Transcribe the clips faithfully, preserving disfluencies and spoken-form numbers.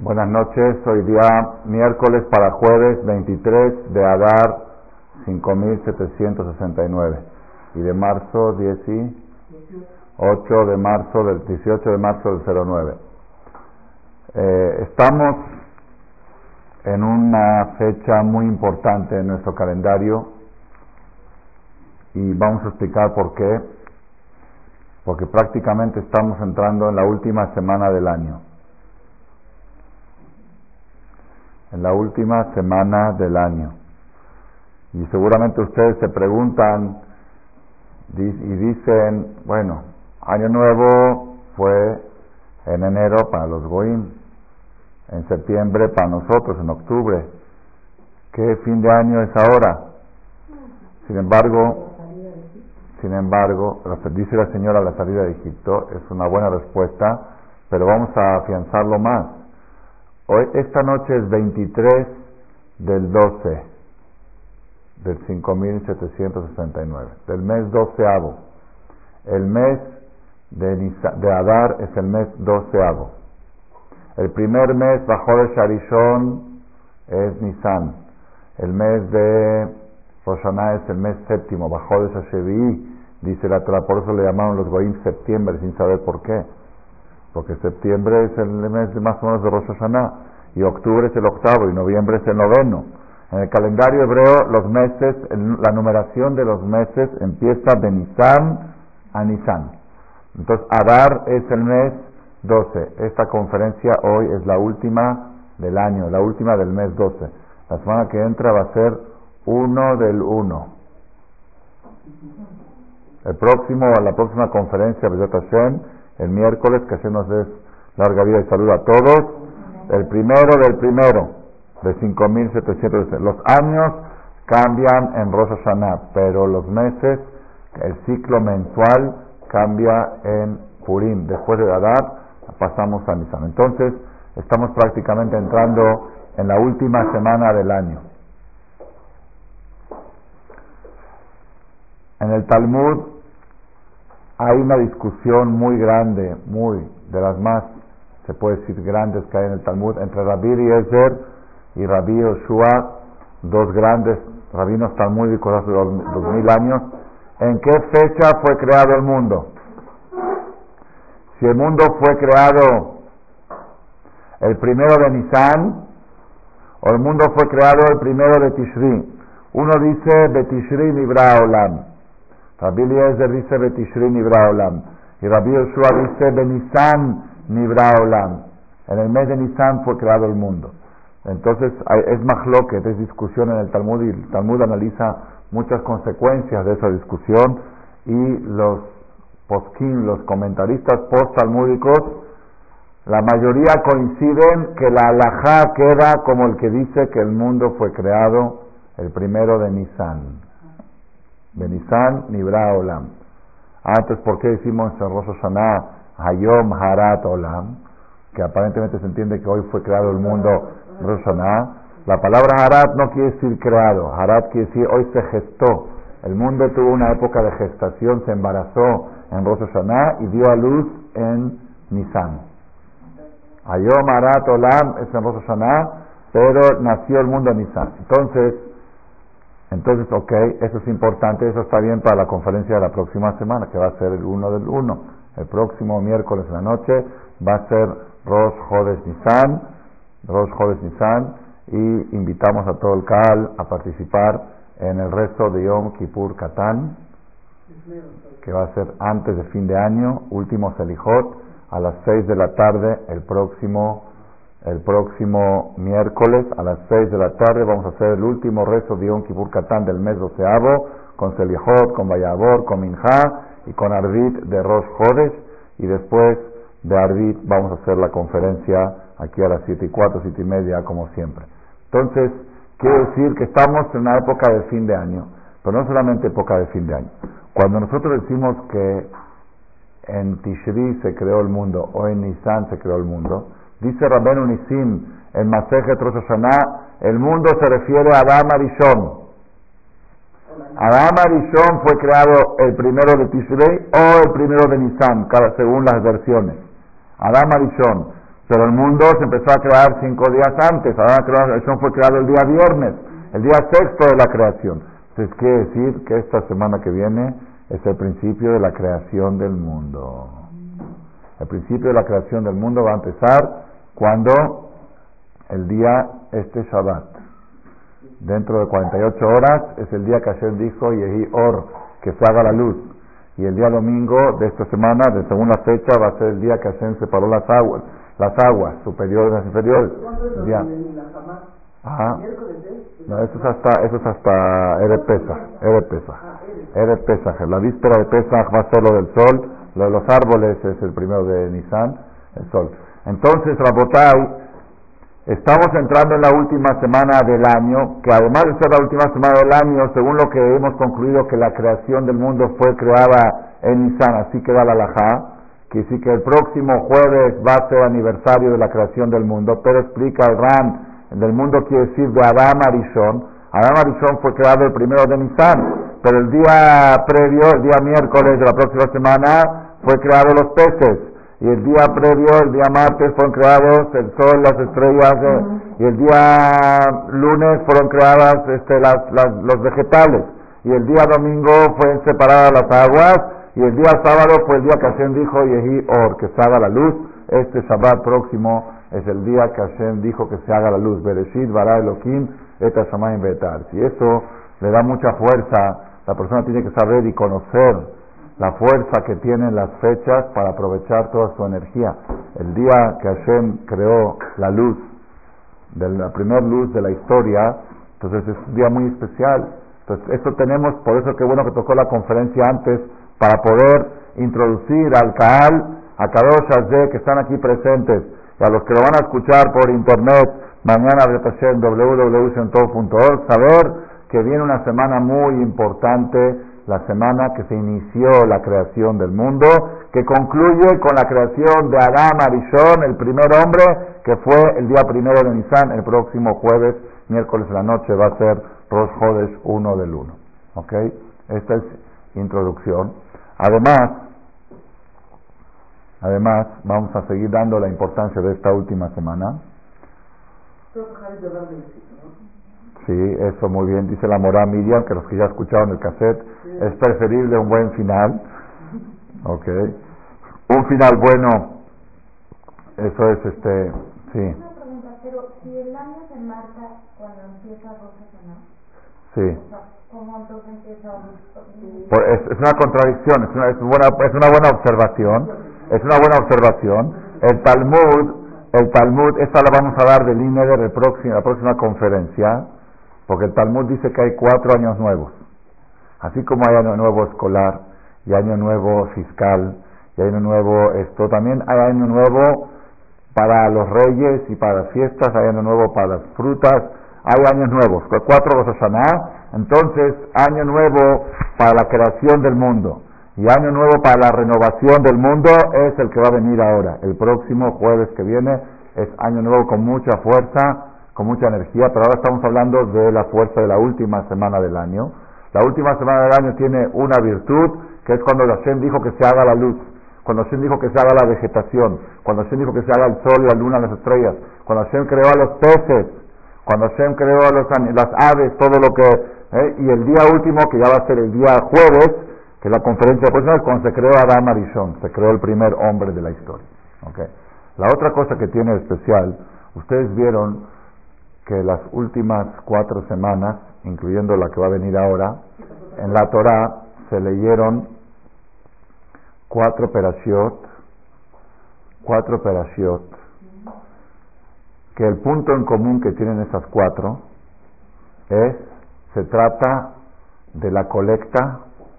Buenas noches, hoy día miércoles para jueves veintitrés de Adar cinco mil setecientos sesenta y nueve y de marzo dieciocho de marzo del dieciocho de marzo del cero nueve. Eh, estamos en una fecha muy importante en nuestro calendario y vamos a explicar por qué. Porque prácticamente estamos entrando en la última semana del año. En la última semana del año. Y seguramente ustedes se preguntan y dicen, bueno, Año Nuevo fue en enero para los Goim, en septiembre para nosotros, en octubre. ¿Qué fin de año es ahora? Sin embargo, sin embargo, dice la señora la salida de Egipto, es una buena respuesta, pero vamos a afianzarlo más. Hoy, esta noche es veintitrés del doce del cinco mil setecientos sesenta y nueve, del mes doceavo. El mes de, Nisa, de Adar es el mes doceavo. El primer mes bajo el Sharishon es Nisan. El mes de Rosh Hashanah es el mes séptimo, bajo el Shashevi, dice la Torah, por eso le llamaron los Goim septiembre, sin saber por qué. Porque septiembre es el mes de más o menos de Rosh Hashanah, y octubre es el octavo, y noviembre es el noveno. En el calendario hebreo, los meses, la numeración de los meses empieza de Nisan a Nisan. Entonces, Adar es el mes doce. Esta conferencia hoy es la última del año, la última del mes doce. La semana que entra va a ser uno del uno. El próximo, la próxima conferencia, B'ezrat Hashem, el miércoles, que Hashem nos dé larga vida y salud a todos, el primero del primero, de cinco mil setecientos. Los años cambian en Rosh Hashanah, pero los meses, el ciclo mensual, cambia en Purim. Después de Adar, pasamos a Nisan. Entonces, estamos prácticamente entrando en la última semana del año. En el Talmud hay una discusión muy grande, muy, de las más, se puede decir, grandes que hay en el Talmud, entre Rabbi Eliezer y Rabbi Yoshua, dos grandes rabinos talmúdicos hace dos, dos mil años. ¿En qué fecha fue creado el mundo? Si el mundo fue creado el primero de Nisan, o el mundo fue creado el primero de Tishri. Uno dice Betishri Nibra Olam, Rabbi Eliezer dice Betishri Nibra Olam, y Rabbi Yoshua dice Benisan Nibra Olam. En el mes de Nisan fue creado el mundo. Entonces es mahloket, es discusión en el Talmud, y el Talmud analiza muchas consecuencias de esa discusión, y los poskim, los comentaristas post-talmúdicos, la mayoría coinciden que la halajá queda como el que dice que el mundo fue creado el primero de Nisan. De Nisan, Nibra Olam. Antes, ¿por qué decimos en Rosh Hashanah Hayom Harat Olam? Que aparentemente se entiende que hoy fue creado el mundo Rosh Hashanah. La palabra Harat no quiere decir creado. Harat quiere decir hoy se gestó. El mundo tuvo una época de gestación, se embarazó en Rosh Hashanah y dio a luz en Nisan. Hayom Harat Olam es en Rosh Hashanah, pero nació el mundo en Nisan. Entonces, entonces, ok, eso es importante, eso está bien para la conferencia de la próxima semana, que va a ser el uno del uno. El próximo miércoles en la noche va a ser Rosh Chodesh Nisan, Rosh Chodesh Nisan, y invitamos a todo el Kahal a participar en el resto de Yom Kippur Katán, que va a ser antes de fin de año, último Selijot, a las seis de la tarde, el próximo, el próximo miércoles, a las seis de la tarde, vamos a hacer el último rezo de Yom Kippur Katán del mes doceavo, con Selijot, con Vayabor, con Minjá, y con Arvit de Rosh Chodesh, y después de Arvit vamos a hacer la conferencia aquí a las siete y cuatro, siete y media, como siempre. Entonces, quiere decir que estamos en una época de fin de año, pero no solamente época de fin de año. Cuando nosotros decimos que en Tishri se creó el mundo, o en Nisan se creó el mundo, dice Rabbeinu Nisim, en Masejet Rosh Hashanah, el mundo se refiere a Adam Arishon. Adam Arishon fue creado el primero de Tishrei o el primero de Nisan, cada, según las versiones. Adam Arishon. Pero el mundo se empezó a crear cinco días antes. Ahora la creación fue creado el día viernes, el día sexto de la creación. Entonces quiere decir que esta semana que viene es el principio de la creación del mundo. El principio de la creación del mundo va a empezar cuando el día este Shabbat. Dentro de cuarenta y ocho horas es el día que Hashem dijo Yehi Or, que se haga la luz. Y el día domingo de esta semana, de según la fecha, va a ser el día que Hashem separó las aguas, las aguas superiores y las inferiores. El día. Ajá. No, eso es hasta, eso es hasta Erev Pesach, Erev Pesach, Erev Pesach. La víspera de Pesach va a ser lo del sol, lo de los árboles es el primero de Nisan, el sol. Entonces, Rabotai, estamos entrando en la última semana del año, que además de ser la última semana del año, según lo que hemos concluido que la creación del mundo fue creada en Nisan, así queda la halajá, que sí que el próximo jueves va a ser aniversario de la creación del mundo, pero explica el Ran, del mundo quiere decir de Adam Arishon. Adam Arishon fue creado el primero de Nisan, pero el día previo, el día miércoles de la próxima semana, fue creado los peces. Y el día previo, el día martes, fueron creados el sol, las estrellas, eh, y el día lunes fueron creadas este, las, las, los vegetales. Y el día domingo fueron separadas las aguas, y el día sábado fue el día que Hashem dijo, Yehi Or, que se haga la luz. Este Shabbat próximo es el día que Hashem dijo que se haga la luz. Bereshit bara Elohim et hashamayim ve'et haaretz. Y eso le da mucha fuerza. La persona tiene que saber y conocer la fuerza que tienen las fechas para aprovechar toda su energía. El día que Hashem creó la luz, de la primera luz de la historia, entonces es un día muy especial. Entonces esto tenemos, por eso que bueno que tocó la conferencia antes, para poder introducir al Kaal, a Kadosh Hazeh, que están aquí presentes, y a los que lo van a escuchar por internet, mañana en doble u doble u doble u punto shem tov punto org, saber que viene una semana muy importante, la semana que se inició la creación del mundo, que concluye con la creación de Adam Arishon, el primer hombre, que fue el día primero de Nisan. El próximo jueves, miércoles en la noche, va a ser Rosh Chodesh uno del uno. ¿Ok? Esta es introducción. Además, además, vamos a seguir dando la importancia de esta última semana. Sí, eso muy bien, dice la Morá Miriam, que los que ya escucharon el cassette, sí, es preferible un buen final, ok, un final bueno, eso es este, sí. Una pregunta, pero si el año se marca cuando empieza Rosh Hashanah, sí, o sea, ¿cómo entonces empieza Rosh Por, es, es una contradicción, es una, es, buena, es una buena observación, es una buena observación, el Talmud, el Talmud, esta la vamos a dar del I N E D R el próximo, la próxima conferencia, porque el Talmud dice que hay cuatro años nuevos. Así como hay año nuevo escolar, y año nuevo fiscal, y año nuevo esto, también hay año nuevo para los reyes y para las fiestas, hay año nuevo para las frutas, hay años nuevos, cuatro Rosh Hashanah, entonces año nuevo para la creación del mundo, y año nuevo para la renovación del mundo es el que va a venir ahora. El próximo jueves que viene es año nuevo con mucha fuerza, con mucha energía, pero ahora estamos hablando de la fuerza de la última semana del año. La última semana del año tiene una virtud, que es cuando Hashem dijo que se haga la luz, cuando Hashem dijo que se haga la vegetación, cuando Hashem dijo que se haga el sol, la luna, las estrellas, cuando Hashem creó a los peces, cuando Hashem creó a los, las aves, todo lo que... ¿eh? Y el día último, que ya va a ser el día jueves, que es la conferencia de personas, cuando se creó Adam Arishon, se creó el primer hombre de la historia. ¿Okay? La otra cosa que tiene especial, ustedes vieron que las últimas cuatro semanas, incluyendo la que va a venir ahora, en la Torá se leyeron cuatro perashiot, cuatro perashiot, que el punto en común que tienen esas cuatro es, se trata de la colecta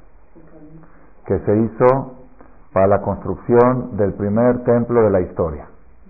que se hizo para la construcción del primer templo de la historia.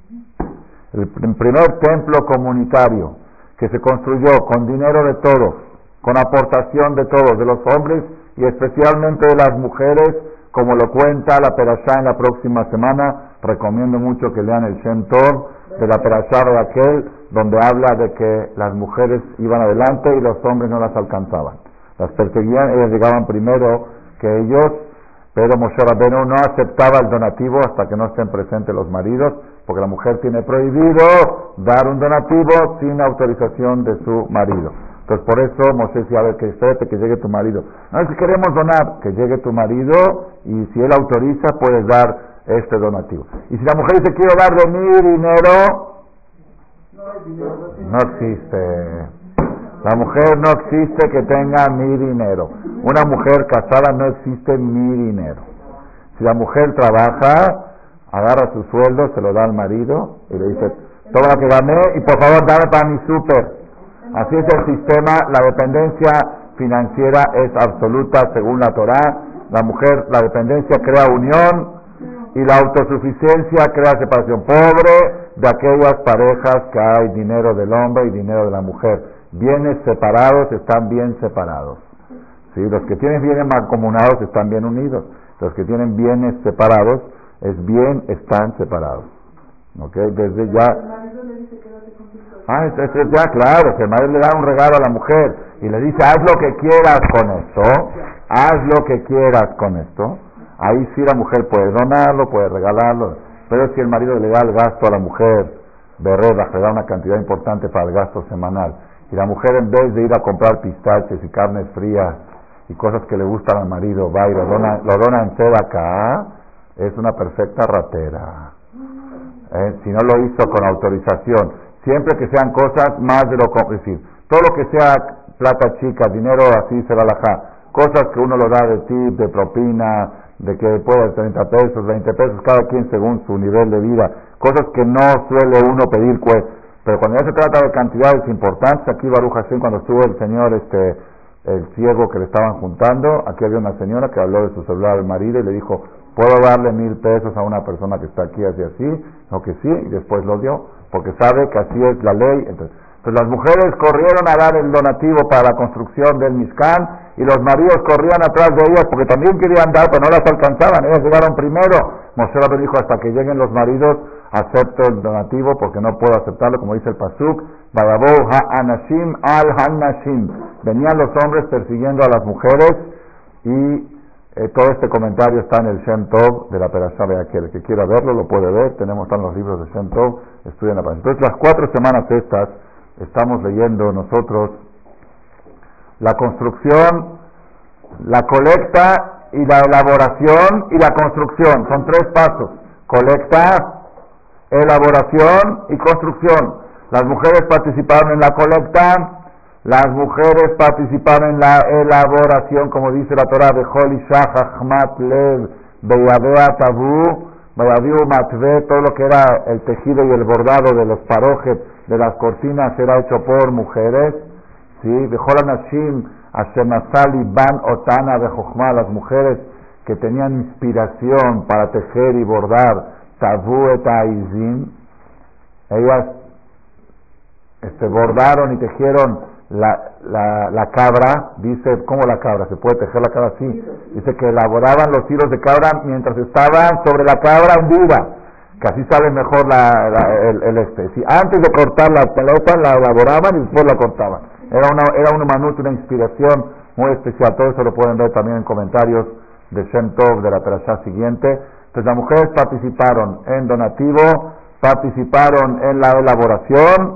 El primer templo comunitario que se construyó con dinero de todos, con aportación de todos, de los hombres y especialmente de las mujeres, como lo cuenta la Perashá en la próxima semana. Recomiendo mucho que lean el Shem Tov de la Perashá de aquel, donde habla de que las mujeres iban adelante y los hombres no las alcanzaban. Las perseguían, ellas llegaban primero que ellos, Pero Moshe Rabbeinu no aceptaba el donativo hasta que no estén presentes los maridos, porque la mujer tiene prohibido dar un donativo sin autorización de su marido. Entonces por eso Moshe decía, a ver, que espérate que llegue tu marido. No es que queremos donar, que llegue tu marido y si él autoriza puedes dar este donativo. Y si la mujer dice, quiero dar de mi dinero, no existe. La mujer no existe que tenga mi dinero. Una mujer casada no existe mi dinero. Si la mujer trabaja, agarra su sueldo, se lo da al marido y le dice, toma lo que gané y por favor dame para mi súper. Así es el sistema. La dependencia financiera es absoluta según la Torá. La mujer, la dependencia crea unión y la autosuficiencia crea separación. Pobre de aquellas parejas que hay dinero del hombre y dinero de la mujer. Bienes separados están bien separados. ¿Sí? Los que tienen bienes mancomunados están bien unidos. Los que tienen bienes separados, es bien, están separados. ¿Ok? Desde ya... Ah, es, es, es ya claro, que el marido le da un regalo a la mujer y le dice, haz lo que quieras con esto, haz lo que quieras con esto. Ahí sí la mujer puede donarlo, puede regalarlo. Pero si el marido le da el gasto a la mujer, berreda, le da una cantidad importante para el gasto semanal, y la mujer en vez de ir a comprar pistaches y carnes frías y cosas que le gustan al marido, va y lo dona, lo dona en acá, es una perfecta ratera. ¿Eh? Si no lo hizo con autorización, siempre que sean cosas más de lo que, es decir, todo lo que sea plata chica, dinero así se va a alajar, cosas que uno lo da de tip, de propina, de que puede treinta pesos, veinte pesos, cada quien según su nivel de vida, cosas que no suele uno pedir, pues, pero cuando ya se trata de cantidades importantes, aquí Baruch Hashem, cuando estuvo el señor, este, el ciego que le estaban juntando, aquí había una señora que habló de su celular al marido y le dijo, ¿puedo darle mil pesos a una persona que está aquí así así? No, que sí, y después lo dio, porque sabe que así es la ley. Entonces, pues las mujeres corrieron a dar el donativo para la construcción del Mishkan, y los maridos corrían atrás de ellas porque también querían dar, pero no las alcanzaban, ellas llegaron primero. Moshe Rabbeinu dijo, hasta que lleguen los maridos, acepto el donativo porque no puedo aceptarlo, como dice el Pasuk, Vayabou ha-anashim al-hanashim. Venían los hombres persiguiendo a las mujeres, y eh, todo este comentario está en el Shem Tov de la Perashá de aquel. El que quiera verlo lo puede ver, tenemos están los libros de Shem Tov, estudian la Perashá. Entonces las cuatro semanas estas, estamos leyendo nosotros la construcción, la colecta y la elaboración y la construcción. Son tres pasos: colecta, elaboración y construcción. Las mujeres participaron en la colecta, las mujeres participaron en la elaboración, como dice la Torah, Bechol Isha Chachmat Lev Beyavea Tabu Bayaviu Matve. Todo lo que era el tejido y el bordado de los parojes de las cortinas era hecho por mujeres. Sí, Bechol Anashim Asher Nasali Ban Otana Bejochma. Las mujeres que tenían inspiración para tejer y bordar, Tabu et Aizim, ellas este, bordaron y tejieron la, la, la cabra. Dice, ¿cómo la cabra? ¿Se puede tejer la cabra así? Dice que elaboraban los hilos de cabra mientras estaban sobre la cabra hundida, que así sale mejor la, la, el, el este. Si antes de cortar la pelota la elaboraban y después la cortaban. Era una era un manut, una inspiración muy especial. Todo eso lo pueden ver también en comentarios de Shem Tov de la Perashá siguiente. Entonces las mujeres participaron en donativo, participaron en la elaboración,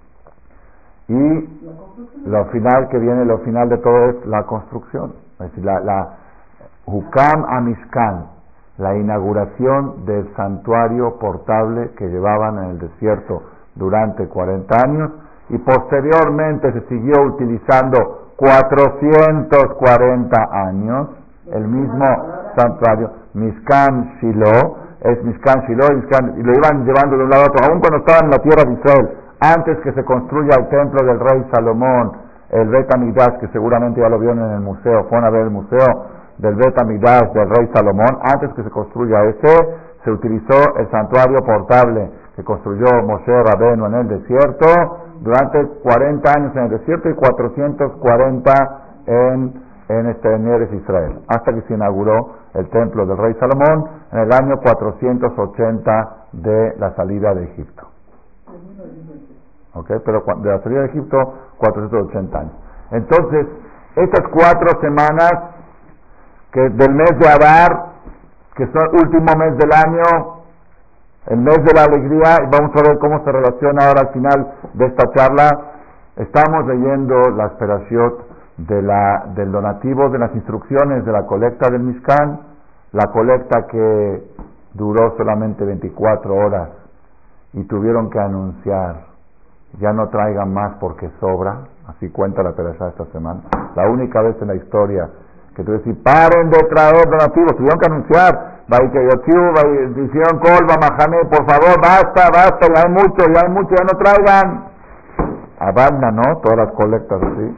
y lo final que viene, lo final de todo es la construcción. Es decir, la, la Hukam Amishkan, la inauguración del santuario portable que llevaban en el desierto durante cuarenta años, y posteriormente se siguió utilizando cuatrocientos cuarenta años el mismo santuario, Mishkan Shiloh, es Mishkan Shiloh, Mishkan, y lo iban llevando de un lado a otro, aún cuando estaban en la tierra de Israel, antes que se construya el templo del rey Salomón, el Bet HaMikdash, que seguramente ya lo vieron en el museo, fueron a ver el museo del Bet HaMikdash del rey Salomón. Antes que se construya ese, se utilizó el santuario portable que construyó Moshe Rabbeinu en el desierto durante cuarenta años en el desierto y cuatrocientos cuarenta en, en, este, en Eretz Israel, hasta que se inauguró el templo del rey Salomón en el año cuatrocientos ochenta de la salida de Egipto. Okay, pero de la salida de Egipto, cuatrocientos ochenta años. Entonces, estas cuatro semanas que del mes de Adar, que es el último mes del año, el mes de la alegría, y vamos a ver cómo se relaciona ahora al final de esta charla. Estamos leyendo las perashiot de la, del donativo, de las instrucciones de la colecta del Mishkan, la colecta que duró solamente veinticuatro horas y tuvieron que anunciar, ya no traigan más porque sobra, así cuenta la perashá esta semana, la única vez en la historia que tú decís, paren de traer donativos, tuvieron que anunciar, hicieron colva, majané, por favor, basta, basta, ya hay mucho, ya hay mucho, ya no traigan. Abanda, ¿no? Todas las colectas así.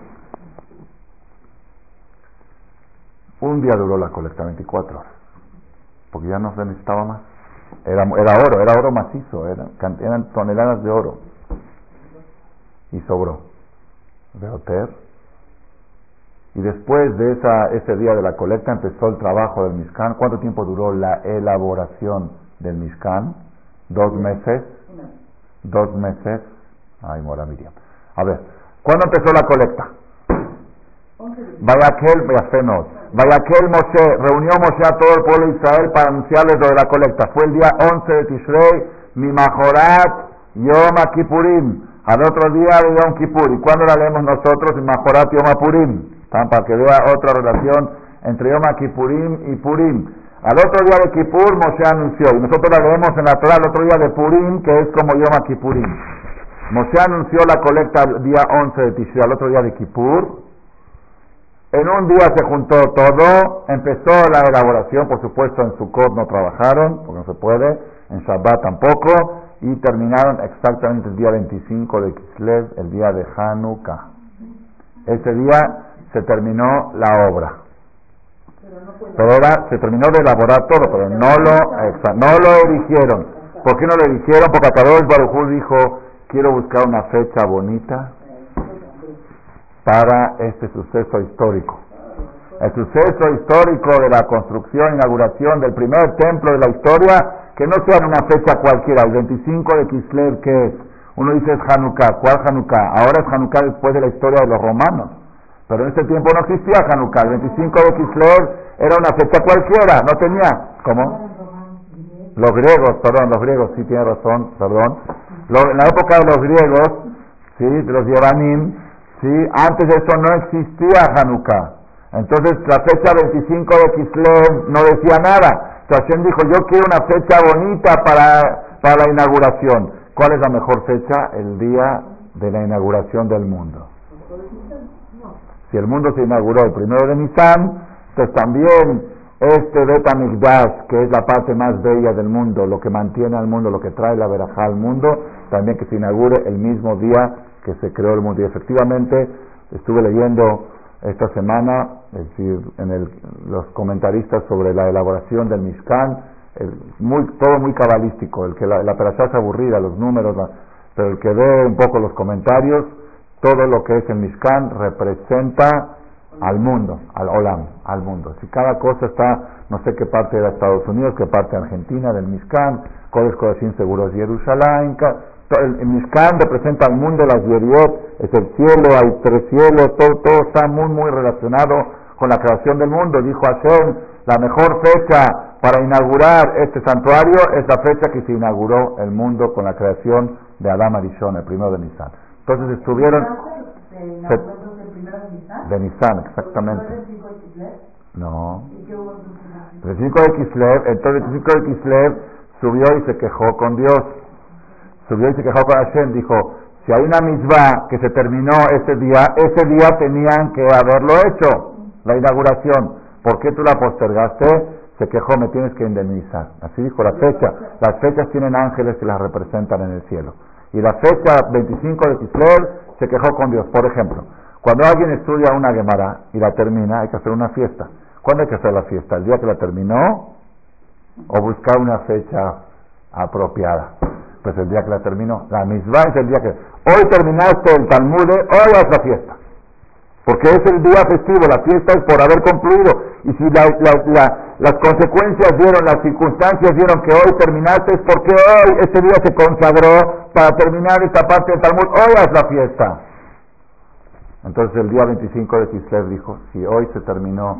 Un día duró la colecta, veinticuatro horas, porque ya no se necesitaba más. Era, era oro, era oro macizo, era, eran toneladas de oro. Y sobró. De hotel. Y después de esa, ese día de la colecta empezó el trabajo del Mishkan. ¿Cuánto tiempo duró la elaboración del Mishkan? Dos meses. Dos meses. Ay, Mora Miriam. A ver, ¿cuándo empezó la colecta? Vayaquel, Vayafenot. Vayaquel Moshe, reunió Moshe a todo el pueblo de Israel para anunciarles lo de la colecta. Fue el día once de Tishrei, Mimajorat, Yom Kippurim. Al otro día de Yom Kippur. ¿Y cuándo la leemos nosotros? Mimajorat Yom Purim. Para que vea otra relación entre Yom Kippurim y Purim. Al otro día de Kippur Moshe anunció, y nosotros la leemos en la Torah, al otro día de Purim, que es como Yom Kippurim. Moshe anunció la colecta el día once de Tishrei, al otro día de Kippur. En un día se juntó todo, empezó la elaboración, por supuesto en Sukkot no trabajaron, porque no se puede, en Shabbat tampoco, y terminaron exactamente el día veinticinco de Kislev, el día de Hanukkah. Ese día se terminó la obra. Pero ahora se terminó de elaborar todo, pero no lo, exa, no lo erigieron. ¿Por qué no lo erigieron? Porque Akadosh Baruj Hu dijo, quiero buscar una fecha bonita para este suceso histórico. El suceso histórico de la construcción, inauguración del primer templo de la historia, que no sea en una fecha cualquiera, el veinticinco de Kislev, que es, uno dice es Hanukkah. ¿Cuál Hanukkah? Ahora es Hanukkah después de la historia de los romanos. Pero en ese tiempo no existía Hanukkah. El veinticinco de Kislev era una fecha cualquiera, no tenía. ¿Cómo? Los griegos, perdón, los griegos, sí tiene razón, perdón. Lo, en la época de los griegos, sí, de los Yevanim, sí, antes de eso no existía Hanukkah. Entonces la fecha veinticinco de Kislev no decía nada. Entonces Hashem dijo, yo quiero una fecha bonita para, para la inauguración. ¿Cuál es la mejor fecha? El día de la inauguración del mundo. Si el mundo se inauguró el primero de Nisan, pues también este Bet HaMikdash, que es la parte más bella del mundo, lo que mantiene al mundo, lo que trae la verajá al mundo, también que se inaugure el mismo día que se creó el mundo. Y efectivamente, estuve leyendo esta semana, es decir, en el, los comentaristas sobre la elaboración del Mishkan, el, muy, todo muy cabalístico, el que la, la perashá es aburrida, los números, la, pero el que ve un poco los comentarios, todo lo que es el Mishkan representa al mundo, al Olam, al mundo. Si cada cosa está, no sé qué parte de Estados Unidos, qué parte de Argentina, del Mishkan, Kodesh Kodashim seguros Jerusalén, el, el Mishkan representa al mundo, las Yeriot, es el cielo, hay tres cielos, todo, todo está muy, muy relacionado con la creación del mundo. Dijo Hashem, la mejor fecha para inaugurar este santuario es la fecha que se inauguró el mundo con la creación de Adam Arishon, el primero de Nisan. Entonces estuvieron... Se, de Nisan, exactamente. No. El veinticinco de Kislev, entonces el veinticinco de Kislev subió y se quejó con Dios. Subió y se quejó con Hashem, dijo, si hay una mitzvah que se terminó ese día, ese día tenían que haberlo hecho, la inauguración. ¿Por qué tú la postergaste? Se quejó, me tienes que indemnizar. Así dijo la fecha. Las fechas tienen ángeles que las representan en el cielo. Y la fecha veinticinco de Kislev se quejó con Dios. Por ejemplo, cuando alguien estudia una Gemara y la termina, hay que hacer una fiesta. ¿Cuándo hay que hacer la fiesta? ¿El día que la terminó? ¿O buscar una fecha apropiada? Pues el día que la terminó. La misma es el día que... Hoy terminaste el Talmud, hoy haz la fiesta. Porque es el día festivo, la fiesta es por haber concluido. Y si la, la, la, las consecuencias dieron, las circunstancias dieron que hoy terminaste, es porque hoy, este día se consagró para terminar esta parte del Talmud, hoy haz la fiesta. Entonces el día veinticinco de Kislev dijo, si hoy se terminó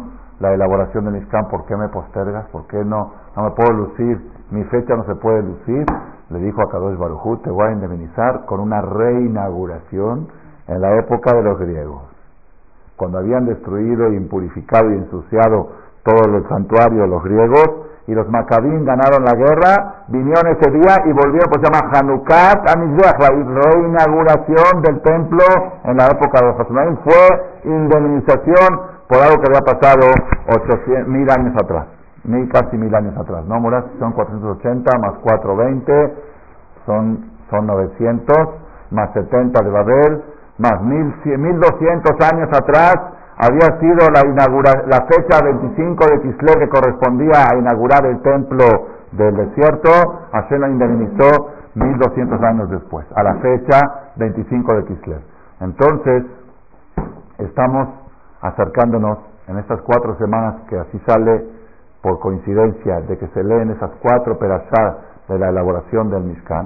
la elaboración del Mishkan, ¿por qué me postergas? ¿Por qué no, no me puedo lucir? Mi fecha no se puede lucir. Le dijo a Kadosh Baruj Hu, te voy a indemnizar con una reinauguración en la época de los griegos, cuando habían destruido, impurificado y ensuciado todos los santuarios los griegos, y los Macabín ganaron la guerra, vinieron ese día y volvieron, pues se llama Hanukat Amizbeach, la reinauguración del templo en la época de Josué. Fue indemnización por algo que había pasado ochocientos, mil años atrás, mil, casi mil años atrás, ¿no, Murat? Son cuatrocientos ochenta más cuatrocientos veinte, son, son novecientos, más setenta de Babel, más mil, mil doscientos años atrás, había sido la inaugura, la fecha veinticinco de Kislev, que correspondía a inaugurar el templo del desierto. Hashem la indemnizó mil doscientos años después, a la fecha veinticinco de Kislev. Entonces, estamos acercándonos en estas cuatro semanas, que así sale por coincidencia de que se leen esas cuatro perashá de la elaboración del Mishkan.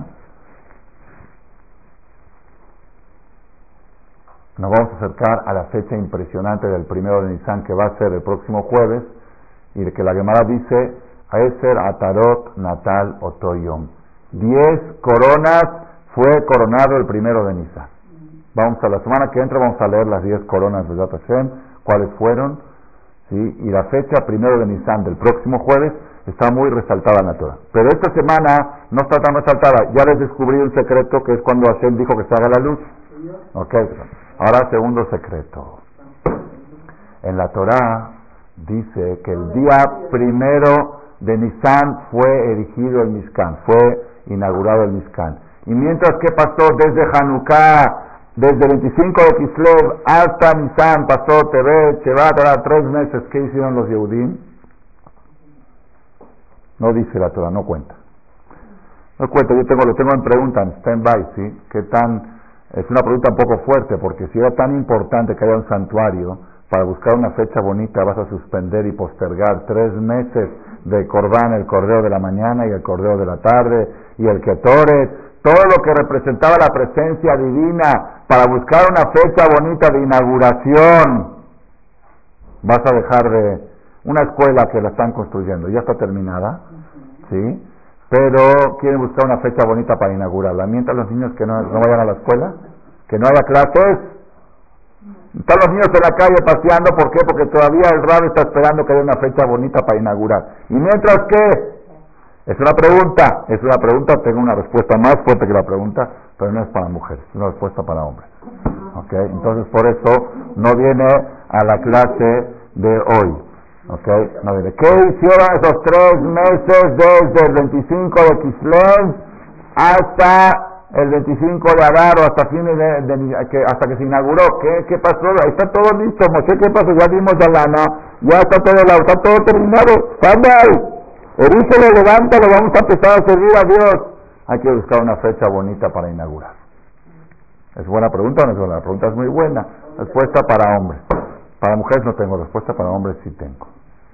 Nos vamos a acercar a la fecha impresionante del primero de Nisan, que va a ser el próximo jueves, y de que la Gemara dice, Eser Atarot Natal Otoyom. Diez coronas fue coronado el primero de Nisan. Vamos a la semana que entra, vamos a leer las diez coronas de Zat Hashem, cuáles fueron, ¿sí? Y la fecha primero de Nisan del próximo jueves está muy resaltada en la Torah. Pero esta semana no está tan resaltada. Ya les descubrí un secreto, que es cuando Hashem dijo que se haga la luz. Ok. Ahora, segundo secreto. En la Torá dice que el día primero de Nisan fue erigido el Mishkan, fue inaugurado el Mishkan. Y mientras que pasó desde Hanukkah, desde el veinticinco de Kislev hasta Nisan, pasó Tevet, Shevat, ahora tres meses. ¿Qué hicieron los Yehudim? No dice la Torá, no cuenta. No cuenta, yo tengo, lo tengo en pregunta, en stand-by, ¿sí? ¿Qué tan...? Es una pregunta un poco fuerte, porque si era tan importante que haya un santuario, para buscar una fecha bonita vas a suspender y postergar tres meses de Corbán, el cordero de la mañana y el cordero de la tarde, y el Ketoret, todo lo que representaba la presencia divina, para buscar una fecha bonita de inauguración. Vas a dejar de... Una escuela que la están construyendo, ya está terminada, ¿sí? Pero quieren buscar una fecha bonita para inaugurarla. Mientras los niños que no, no vayan a la escuela, que no haya clases, están los niños en la calle paseando. ¿Por qué? Porque todavía el Rab está esperando que haya una fecha bonita para inaugurar. Y mientras que, es una pregunta, es una pregunta, tengo una respuesta más fuerte que la pregunta, pero no es para mujeres, es una respuesta para hombres. ¿Ok? Entonces por eso no viene a la clase de hoy. Okay. No, ¿qué hicieron esos tres meses desde el veinticinco de Kislev hasta el veinticinco de Adar, o hasta fines de, de, que, hasta que se inauguró? ¿Qué, qué pasó? Ahí está todo listo, Moshe, ¿qué pasó? Ya dimos la lana, ya está todo, está todo terminado. ¡Sandal! Erígelo, levántalo, vamos a empezar a servir a Dios. Hay que buscar una fecha bonita para inaugurar. ¿Es buena pregunta o no es buena? La pregunta es muy buena. Respuesta para hombres. Para mujeres no tengo respuesta, para hombres sí tengo.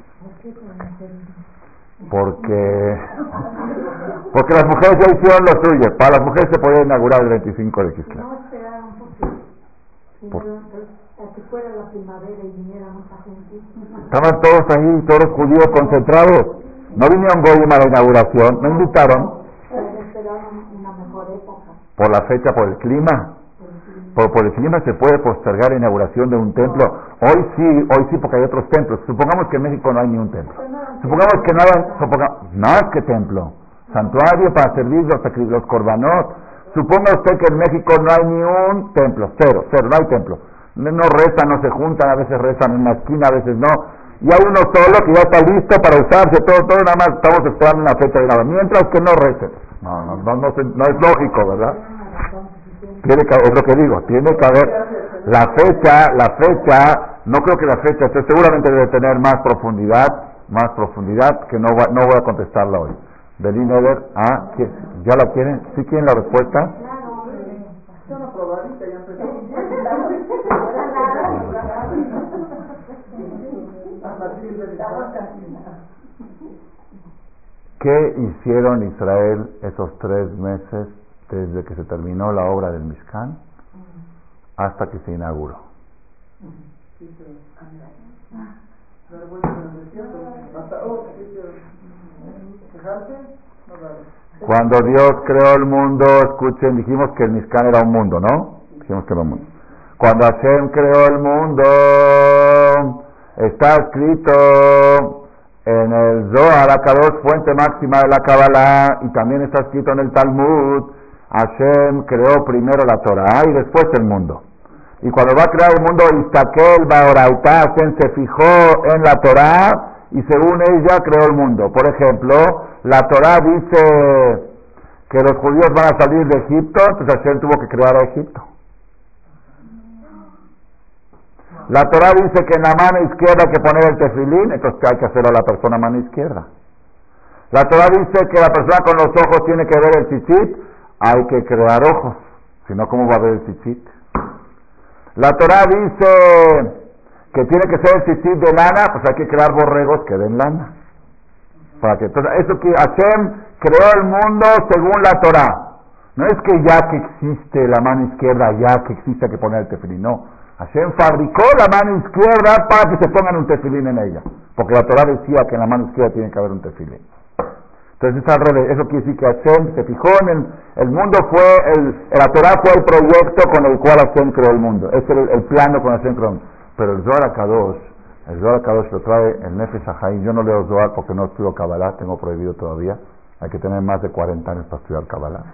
Porque porque las mujeres ya hicieron lo suyo. Para las mujeres se podía inaugurar el veinticinco de Kislev. No esperaron un poquito. Primero, a que fuera la primavera y viniera mucha gente. Estaban todos ahí, todos los judíos concentrados. No vinieron goyim a la inauguración, no invitaron. Esperaron una mejor época. Por la fecha, por el clima. Por, por el clima se puede postergar la inauguración de un templo. Hoy sí, hoy sí, porque hay otros templos. Supongamos que en México no hay ni un templo. Supongamos que no hay, supongamos, más que templo, santuario para servir los, los korbanot. Suponga usted que en México no hay ni un templo, cero, cero, no hay templo. No, no rezan, no se juntan, a veces rezan en una esquina, a veces no. Y hay uno solo que ya está listo para usarse, todo, todo, nada más estamos esperando una fecha de nada. Mientras que no recen. No, no, no, no, no es lógico, ¿verdad? Tiene que, es lo que digo, tiene que haber la fecha, la fecha, no creo que la fecha, este, seguramente debe tener más profundidad, más profundidad, que no, va, no voy a contestarla hoy. Belín Eder, ah, ¿ya la quieren? ¿Sí quieren la respuesta? ¿Qué hicieron Israel esos tres meses desde que se terminó la obra del Mishkan hasta que se inauguró? Dar vueltas en el desierto. Hasta oh, quejarse, no vale. Cuando Dios creó el mundo, escuchen, dijimos que el Mishkan era un mundo, ¿no? Dijimos que era un mundo. Cuando Hashem creó el mundo, está escrito en el Zohar HaKadosh, fuente máxima de la Kabbalah, y también está escrito en el Talmud, Hashem creó primero la Torah y después el mundo. Y cuando va a crear el mundo, Istakel Baoraitá, Hashem se fijó en la Torah y según ella creó el mundo. Por ejemplo, la Torah dice que los judíos van a salir de Egipto, entonces Hashem tuvo que crear a Egipto. La Torah dice que en la mano izquierda hay que poner el tefilín, entonces hay que hacerlo a la persona mano izquierda. La Torah dice que la persona con los ojos tiene que ver el tzitzit, hay que crear ojos, si no, ¿cómo va a ver el tzitzit? La Torah dice que tiene que ser el tzitzit de lana, pues hay que crear borregos que den lana. Para que, entonces, eso que Hashem creó el mundo según la Torah. No es que ya que existe la mano izquierda, ya que existe hay que poner el tefilín, no. Hashem fabricó la mano izquierda para que se pongan un tefilín en ella, porque la Torah decía que en la mano izquierda tiene que haber un tefilín. Entonces es al revés, eso quiere decir que Hashem se fijó en el, el mundo fue, el, la Torah fue el proyecto con el cual Hashem creó el mundo, ese es el, el plano con Hashem creó el mundo. Pero el Zohar HaKadosh, el Zohar HaKadosh lo trae el Nefesh HaChaim. Yo no leo Zohar porque no estudio Kabbalah, tengo prohibido todavía, hay que tener más de cuarenta años para estudiar Kabbalah.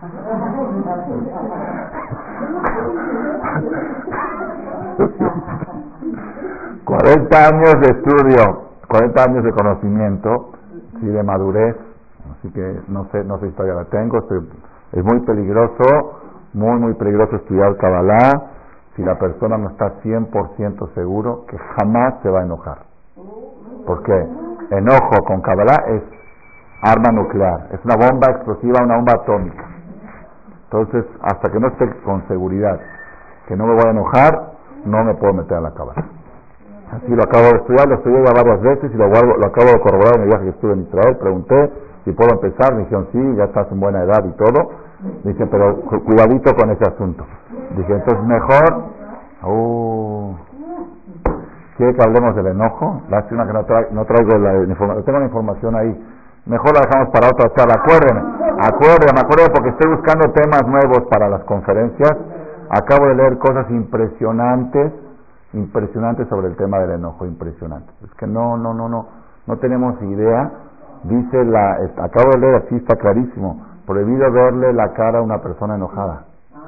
cuarenta años de estudio, cuarenta años de conocimiento, sí, de madurez, así que no sé, no sé si todavía la tengo, estoy, es muy peligroso, muy muy peligroso estudiar Kabbalah si la persona no está cien por ciento seguro que jamás se va a enojar. Porque enojo con Kabbalah es arma nuclear, es una bomba explosiva, una bomba atómica. Entonces, hasta que no esté con seguridad que no me voy a enojar, no me puedo meter a la Kabbalah. Así lo acabo de estudiar, lo estudié ya varias veces y lo, lo acabo de corroborar en el viaje que estuve en Israel. Pregunté si puedo empezar, me dijeron sí, ya estás en buena edad y todo. Dije, pero cuidadito con ese asunto. Dije, entonces mejor, uh, ¿quiere que hablemos del enojo? Lástima que no, tra no traigo la información, tengo la información ahí. Mejor la dejamos para otra charla. Acuérdenme, acuérdenme, acuérdenme porque estoy buscando temas nuevos para las conferencias. Acabo de leer cosas impresionantes, impresionantes sobre el tema del enojo, impresionantes. Es que no, no, no, no, no tenemos idea. Dice la, acabo de leer, así está clarísimo, prohibido verle la cara a una persona enojada.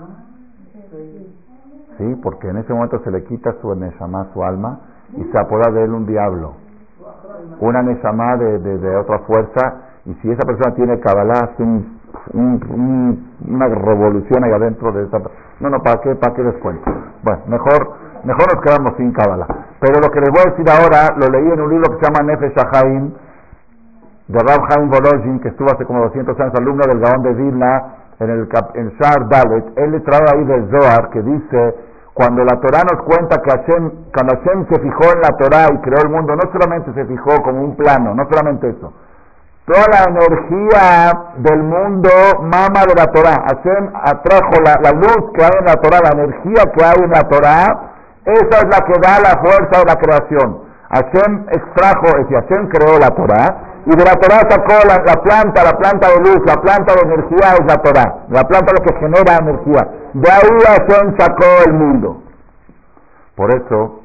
Sí, porque en ese momento se le quita su neshama, su alma, y se apodera de él un diablo, una neshama de, de, de otra fuerza, y si esa persona tiene Kabbalah, hace un, un, un, una revolución ahí adentro de esa. No, no, ¿para qué, para qué les cuento? Bueno, mejor, mejor nos quedamos sin Kabbalah. Pero lo que les voy a decir ahora, lo leí en un libro que se llama Nefesh HaChaim, de Rav Chaim Volozhin, que estuvo hace como doscientos años, alumno del Gaón de Vilna, en el en Shar Dalet. Él le trae ahí del Zohar, que dice, cuando la Torah nos cuenta que Hashem, cuando Hashem se fijó en la Torah y creó el mundo, no solamente se fijó como un plano, no solamente eso, toda la energía del mundo mama de la Torah. Hashem atrajo la, la luz que hay en la Torah, la energía que hay en la Torah, esa es la que da la fuerza de la creación. Hashem extrajo, es decir, Hashem creó la Torah, y de la Torah sacó la, la planta, la planta de luz, la planta de energía es la Torah, la planta es lo que genera energía. De ahí Hashem sacó el mundo. Por eso,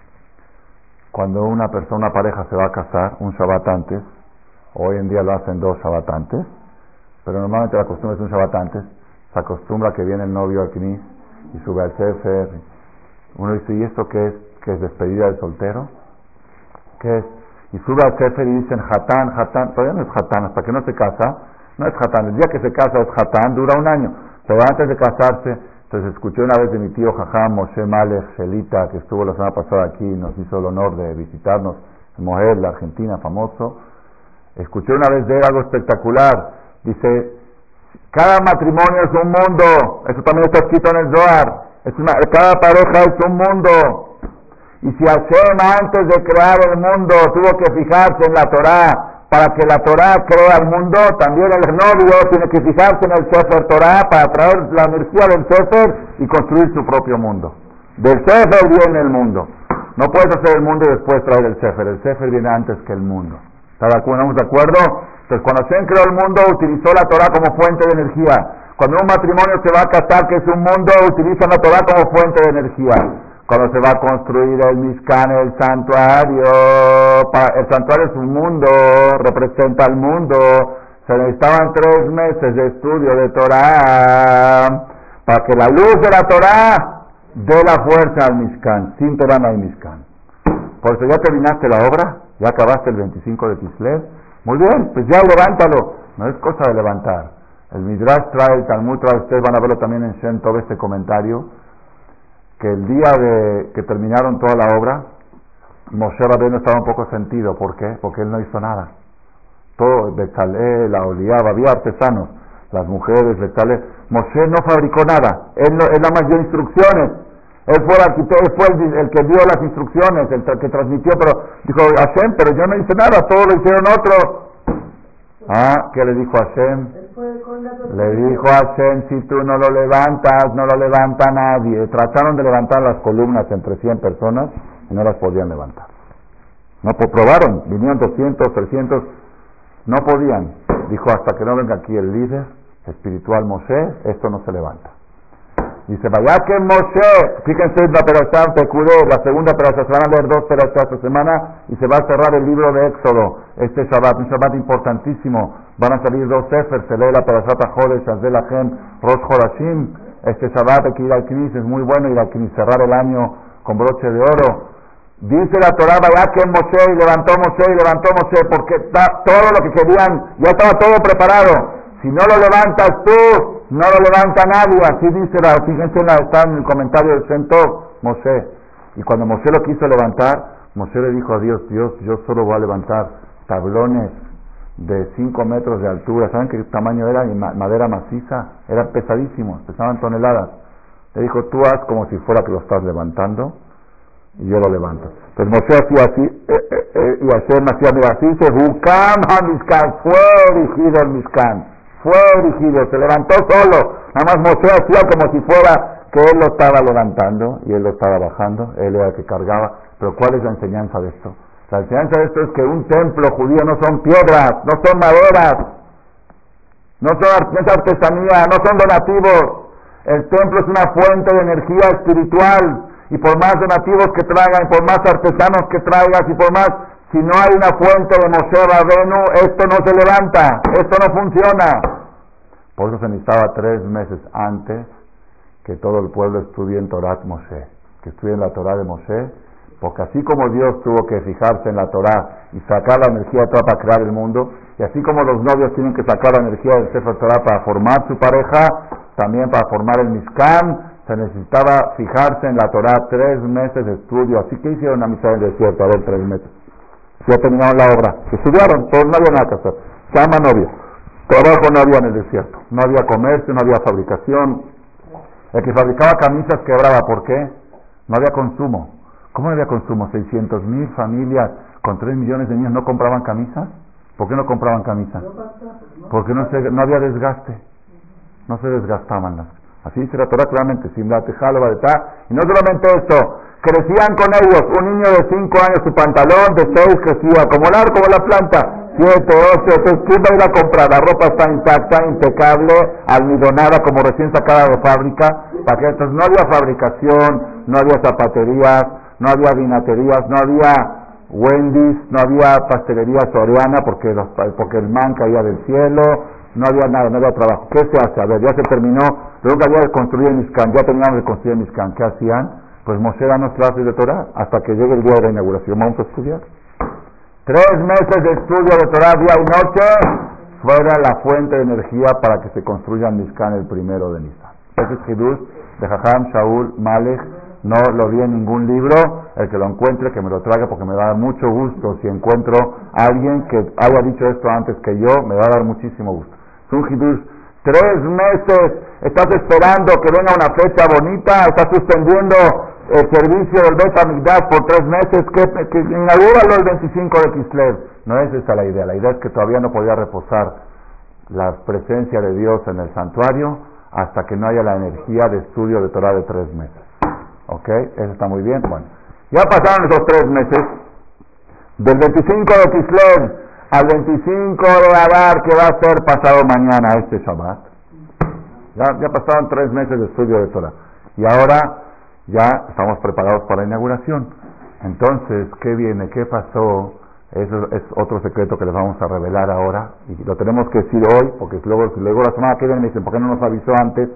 cuando una persona, una pareja se va a casar, un Shabbat antes, hoy en día lo hacen dos Shabbat antes, pero normalmente la costumbre es un Shabbat antes, se acostumbra que viene el novio al Knis y sube al Sefer. Uno dice, ¿y esto qué es? ¿Qué es despedida del soltero? ¿Qué es? Y sube al Sefer y dicen Hatán, Hatán, todavía no es Hatán, hasta que no se casa, no es Hatán, el día que se casa es Hatán, dura un año, pero antes de casarse, entonces escuché una vez de mi tío Jajam Moshe Malech Shelita, que estuvo la semana pasada aquí y nos hizo el honor de visitarnos, en Moel, la Argentina, famoso, escuché una vez de él algo espectacular, dice, cada matrimonio es un mundo, eso también está escrito en el Zohar, es una, cada pareja es un mundo. Y si Hashem antes de crear el mundo tuvo que fijarse en la Torah para que la Torah crea el mundo, también el novio tiene que fijarse en el Sefer Torah para traer la energía del Sefer y construir su propio mundo. Del Sefer viene el mundo. No puedes hacer el mundo y después traer el Sefer. El Sefer viene antes que el mundo. ¿Estamos de acuerdo? Entonces, cuando Hashem creó el mundo, utilizó la Torah como fuente de energía. Cuando un matrimonio se va a casar, que es un mundo, utilizan la Torah como fuente de energía. Cuando se va a construir el Mishkan, el santuario, el santuario es un mundo, representa al mundo. Se necesitaban tres meses de estudio de Torah para que la luz de la Torah dé la fuerza al Mishkan. Sin Torah no hay Mishkan. Por eso ya terminaste la obra, ya acabaste el veinticinco de Kislev. Muy bien, pues ya levántalo. No es cosa de levantar. El Midrash trae, el Talmud trae, ustedes van a verlo también en Shem Tov, este comentario, que el día de que terminaron toda la obra, Moshe Rabbeinu estaba un poco sentido. ¿Por qué? Porque él no hizo nada. Todo, Bezalel, la Oliava, había artesanos, las mujeres, Bezalel. Moshe no fabricó nada, él, no, él nada más dio instrucciones. Él fue el arquitecto, él fue el, el que dio las instrucciones, el que transmitió, pero dijo Hashem, pero yo no hice nada, todo lo hicieron otros. Ah, ¿qué le dijo Hashem? Le dijo Hashem, si tú no lo levantas, no lo levanta nadie. Trataron de levantar las columnas entre cien personas y no las podían levantar. No, pues probaron, vinieron doscientos, trescientos, no podían. Dijo, hasta que no venga aquí el líder espiritual Moshe, esto no se levanta. Dice, vaya que Moshe, fíjense la perashá Pekudé, la segunda perashá, se van a leer dos perashá esta semana y se va a cerrar el libro de Éxodo, este Shabbat, un Shabbat importantísimo. Van a salir dos Sefer, se lee la perashá Tajodesh, Azel Ahem, Rosh Horashim. Este Shabbat hay que ir al Knis, es muy bueno ir al Knis, cerrar el año con broche de oro. Dice la Torah, vaya que Moshe, y levantó Moshe, y levantó Moshe, porque está todo lo que querían, ya estaba todo preparado. Si no lo levantas tú, no lo levanta nadie. Así dice la, fíjense, la, está en el comentario del Shem Tov, Moshe. Y cuando Moshe lo quiso levantar, Moshe le dijo a Dios, Dios, yo solo voy a levantar tablones de cinco metros de altura. ¿Saben qué tamaño era? Madera maciza, era pesadísimo, pesaban toneladas. Le dijo, tú haz como si fuera que lo estás levantando y yo lo levanto. Pues Moshe hacía así, eh, eh, eh, y Hashem hacía, mira, así dice, Hukam HaMishkan, fue erigido el Mishkan. Fue erigido, se levantó solo. Nada más Moshe hacía como si fuera que él lo estaba levantando y él lo estaba bajando, él era el que cargaba. Pero ¿cuál es la enseñanza de esto? La enseñanza de esto es que un templo judío no son piedras, no son maderas, no, son, no es artesanía, no son donativos. El templo es una fuente de energía espiritual, y por más donativos que traigan, y por más artesanos que traigas, y por más... Si no hay una fuente de Moshe Rabbeinu, esto no se levanta, esto no funciona. Por eso se necesitaba tres meses antes que todo el pueblo estudie en Torah Moshe, que estudien la Torah de Moshe, porque así como Dios tuvo que fijarse en la Torah y sacar la energía de Torah para crear el mundo, y así como los novios tienen que sacar la energía del Sefer Torah para formar su pareja, también para formar el Mishkan, se necesitaba fijarse en la Torah, tres meses de estudio. Así que hicieron a mitad del desierto, a ver, tres meses. Ya terminaron la obra, estudiaron, pero no había nada que hacer. Se llama novio. Trabajo no había en el desierto, no había comercio, no había fabricación. El que fabricaba camisas quebraba, ¿por qué? No había consumo. ¿Cómo no había consumo? seiscientos mil familias con tres millones de niños no compraban camisas. ¿Por qué no compraban camisas? Porque no, se, no había desgaste, no se desgastaban las. Así dice la Torah claramente, Simlat Jalova de Ta. Y no solamente esto, crecían con ellos. Un niño de cinco años, su pantalón de seis crecía como el árbol, como la planta. Siete, ocho, entonces ¿quién va a ir a comprar? La ropa está intacta, impecable, almidonada, como recién sacada de fábrica. ¿Para qué? Entonces no había fabricación, no había zapaterías, no había vinaterías, no había Wendy's, no había pastelería Soriana porque, los, porque el man caía del cielo. No había nada, no había trabajo. ¿Qué se hace? A ver, ya se terminó, luego había de construir el Mishkan, ya terminamos de construir el Mishkan. ¿Qué hacían? Pues Moshe danos clases de Torah hasta que llegue el día de la inauguración. Vamos a estudiar. Tres meses de estudio de Torah, día y noche, fuera la fuente de energía para que se construya el Mishkan el primero de Nisan. Ese es Hidush de Jajam Shaul Malech. No lo vi en ningún libro. El que lo encuentre, que me lo traiga, porque me va a dar mucho gusto. Si encuentro a alguien que haya dicho esto antes que yo, me va a dar muchísimo gusto. Es un hidush. Tres meses estás esperando que venga una fecha bonita, estás suspendiendo el servicio del Bet HaMikdash por tres meses, que, que inaugúralo el veinticinco de Kislev. No es esa la idea, la idea es que todavía no podía reposar la presencia de Dios en el santuario hasta que no haya la energía de estudio de Torah de tres meses. ¿Ok? Eso está muy bien. Bueno, Ya pasaron esos tres meses, del veinticinco de Kislev al veinticinco de Adar, que va a ser pasado mañana este Shabbat. Ya, ya pasaron tres meses de estudio de Torah. Y ahora ya estamos preparados para la inauguración. Entonces, ¿qué viene? ¿Qué pasó? Eso es otro secreto que les vamos a revelar ahora. Y lo tenemos que decir hoy, porque luego, luego la semana que viene me dicen, ¿por qué no nos avisó antes?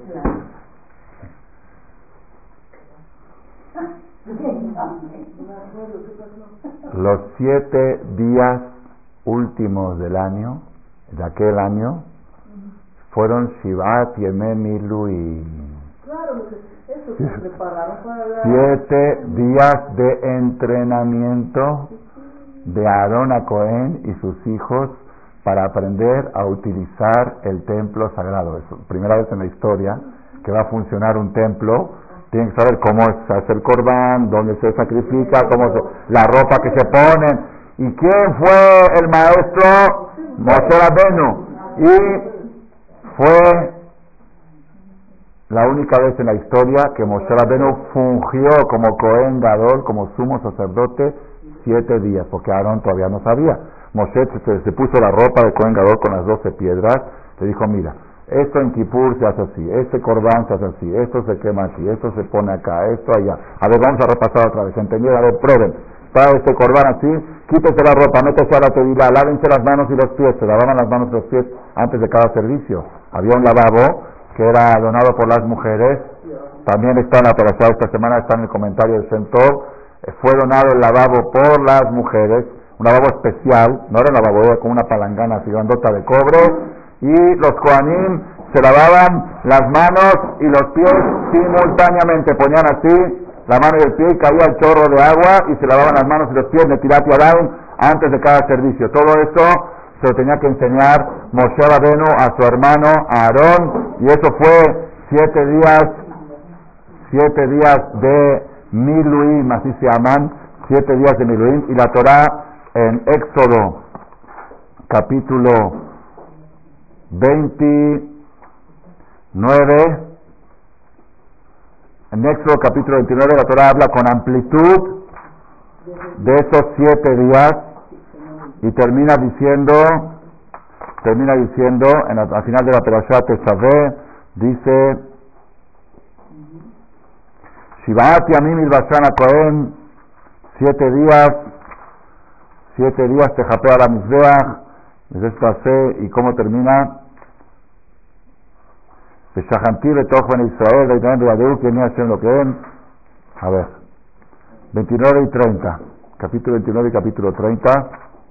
Los siete días últimos del año, de aquel año, fueron Shivat Yemei Miluim. Claro, eso se prepararon para la... Siete días de entrenamiento de Aarón a Cohen y sus hijos para aprender a utilizar el templo sagrado. Es la primera vez en la historia que va a funcionar un templo. Tienen que saber cómo se hace el corbán, dónde se sacrifica, cómo se, la ropa que se ponen. ¿Y quién fue el maestro? Moshe Rabbeinu. Y fue la única vez en la historia que Moshe Rabbeinu fungió como Cohen Gadol, como sumo sacerdote, siete días, porque Aarón todavía no sabía. Moshe se, se puso la ropa de Cohen Gadol con las doce piedras, le dijo, mira, esto en Kippur se hace así, este corbán se hace así, esto se quema así, esto se pone acá, esto allá. A ver, vamos a repasar otra vez, ¿entendieron? A ver, prueben. Para este corbán así, quítese la ropa, métese a la tevilá, lávense las manos y los pies. Se lavaban las manos y los pies antes de cada servicio. Había un lavabo que era donado por las mujeres. También está en la parashá esta semana, está en el comentario del Shem Tov. Fue donado el lavabo por las mujeres, un lavabo especial, no era un lavabo, era como una palangana así grandota de cobre. Y los Kohanim se lavaban las manos y los pies simultáneamente, ponían así la mano y el pie y caía el chorro de agua y se lavaban las manos y los pies de Tirat Yadayim antes de cada servicio. Todo eso se lo tenía que enseñar Moshe Rabbeinu a su hermano Aarón, y eso fue siete días, siete días de Miluim, así se llaman, siete días de Miluim. Y la Torah en Éxodo capítulo veintinueve, en Éxodo capítulo veintinueve la Torah habla con amplitud de esos siete días y termina diciendo, termina diciendo, en la, al final de la Perashá Teshaveh, dice, Shivat Yamim Ilbashan Kohen, siete días, siete días te japea la Mizbeach, es esto hace, y cómo termina, Peshahanti betoch ben Israel, Leitan Beadeu, que ni hacen lo que ven. A ver, veintinueve y treinta, capítulo veintinueve y capítulo treinta.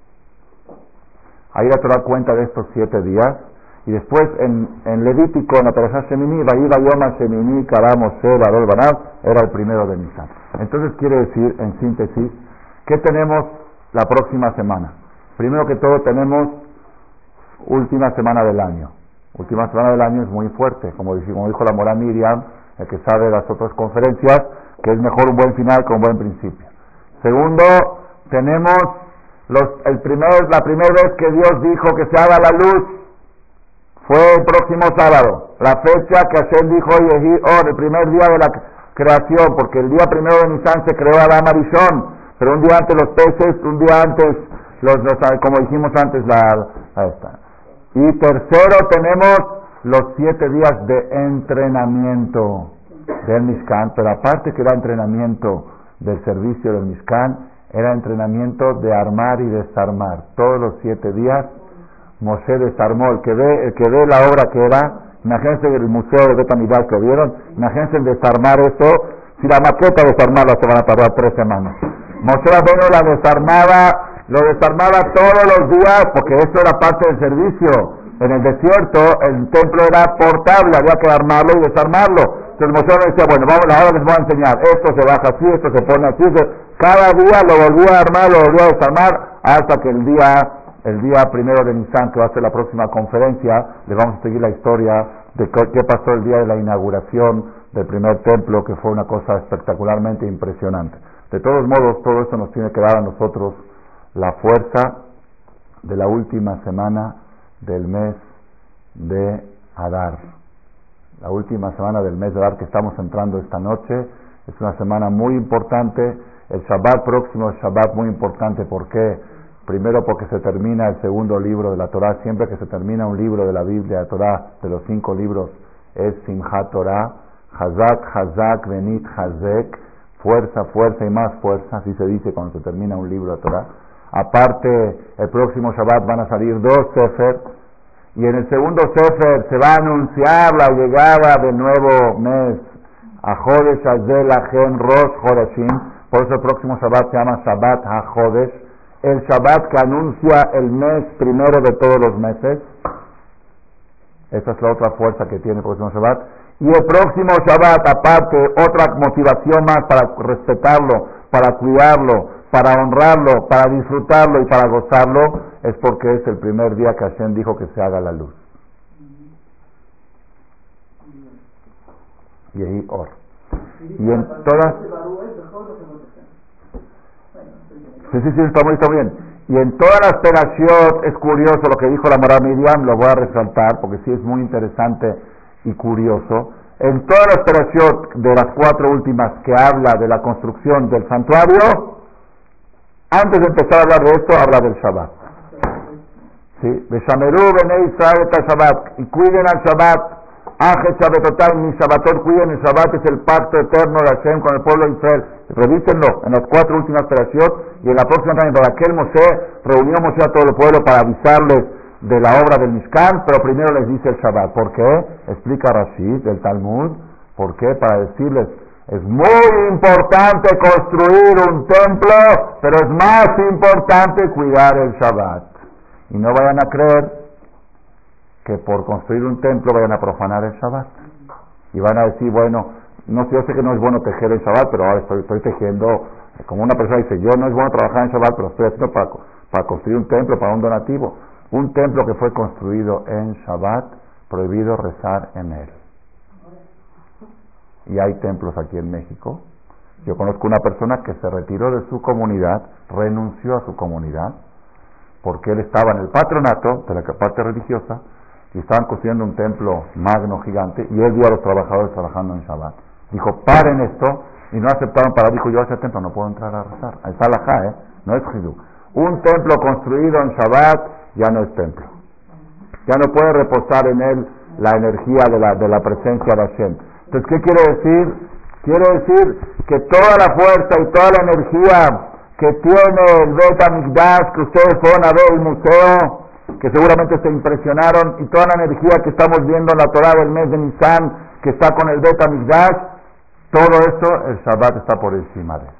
Ahí la Torah cuenta de estos siete días. Y después en, en Levítico, en la Perashá Shemini, Vayiva Yom Shemini, Kará Moshe, Barol Banav, era el primero de Nisan. Entonces quiere decir, en síntesis, ¿qué tenemos la próxima semana? Primero que todo tenemos última semana del año. Última semana del año es muy fuerte, como dijo, como dijo la Morá Miriam, el que sabe de las otras conferencias, que es mejor un buen final que un buen principio. Segundo, tenemos los, el primer, la primera vez que Dios dijo que se haga la luz, fue el próximo sábado, la fecha que Hashem dijo, oh, el primer día de la creación, porque el día primero de Nisan se creó Adam Arishon, pero un día antes los peces, un día antes, los, los como dijimos antes, la, la esta. Y tercero, tenemos los siete días de entrenamiento del Mishkan, pero aparte que era entrenamiento del servicio del Mishkan, era entrenamiento de armar y desarmar. Todos los siete días Moshe desarmó. El que ve, el que ve la obra que era, imagínense el museo de Bet Amidash que vieron, imagínense el desarmar eso. Si la maqueta desarmarla se van a tardar tres semanas. Moshe Rabbeinu la desarmaba, lo desarmaba todos los días, porque eso era parte del servicio. En el desierto, el templo era portable, había que armarlo y desarmarlo. Entonces Moshe Rabbeinu decía, bueno, vamos, ahora les voy a enseñar, esto se baja así, esto se pone así. Cada día lo volvía a armar, lo volvía a desarmar, hasta que el día, el día primero de Nisan, que va a ser la próxima conferencia, les vamos a seguir la historia de qué pasó el día de la inauguración del primer templo, que fue una cosa espectacularmente impresionante. De todos modos, todo esto nos tiene que dar a nosotros la fuerza de la última semana del mes de Adar. La última semana del mes de Adar que estamos entrando esta noche es una semana muy importante, El Shabbat próximo es Shabbat muy importante. ¿Por qué? Primero porque se termina el segundo libro de la Torah. Siempre que se termina un libro de la Biblia, de Torah, de los cinco libros, es Simchat Torah. Hazak, Hazak, Benit, Hazek. Fuerza, fuerza y más fuerza. Así se dice cuando se termina un libro de Torah. Aparte, el próximo Shabbat van a salir dos Sefer. Y en el segundo Sefer se va a anunciar la llegada del nuevo mes. A Jodesh Azel Achen Rosh Chodeshim. Por eso el próximo Shabbat se llama Shabbat HaJodesh. El Shabbat que anuncia el mes primero de todos los meses. Esa es la otra fuerza que tiene el próximo Shabbat. Y el próximo Shabbat, aparte, otra motivación más para respetarlo, para cuidarlo, para honrarlo, para disfrutarlo y para gozarlo, es porque es el primer día que Hashem dijo que se haga la luz. Y ahí, or. Y en todas... Sí, sí, sí, está muy, está bien. Y en todas las perashiot es curioso lo que dijo la Mora Miriam, lo voy a resaltar porque sí es muy interesante y curioso. En todas las perashiot de las cuatro últimas que habla de la construcción del santuario, antes de empezar a hablar de esto, habla del Shabbat. ¿Sí? Beshameru Bnei Israel et Shabbat. Y cuiden al Shabbat. Aje Shabbatotai, mi Shabbatot, cuiden el Shabbat, es el pacto eterno de Hashem con el pueblo de Israel. Revísenlo en las cuatro últimas perashiot y en la próxima también. Para aquel Moshe, reunió Moshe a todo el pueblo para avisarles de la obra del Mishkan, pero primero les dice el Shabbat. ¿Por qué? Explica Rashid del Talmud. ¿Por qué? Para decirles, es muy importante construir un templo, pero es más importante cuidar el Shabbat. Y no vayan a creer que por construir un templo vayan a profanar el Shabbat. Y van a decir, bueno, no sé, yo sé que no es bueno tejer el Shabbat, pero ahora estoy, estoy tejiendo, como una persona dice, yo no es bueno trabajar en Shabbat, pero estoy haciendo para, para construir un templo, para un donativo. Un templo que fue construido en Shabbat, prohibido rezar en él. Y hay templos aquí en México. Yo conozco una persona que se retiró de su comunidad, renunció a su comunidad, porque él estaba en el patronato de la parte religiosa, y estaban construyendo un templo magno, gigante, y él vio a los trabajadores trabajando en Shabbat. Dijo, paren esto, y no aceptaron parar. Dijo, yo a ese templo no puedo entrar a rezar. Ahí está la ja, ¿eh? No es jidú. Un templo construido en Shabbat ya no es templo. Ya no puede reposar en él la energía de la, de la presencia de Hashem. Entonces, ¿qué quiere decir? Quiere decir que toda la fuerza y toda la energía que tiene el Bet HaMikdash, que ustedes fueron a ver el museo, que seguramente se impresionaron, y toda la energía que estamos viendo en la Torah del mes de Nisan, que está con el Bet HaMikdash, todo eso, el Shabbat está por encima de eso.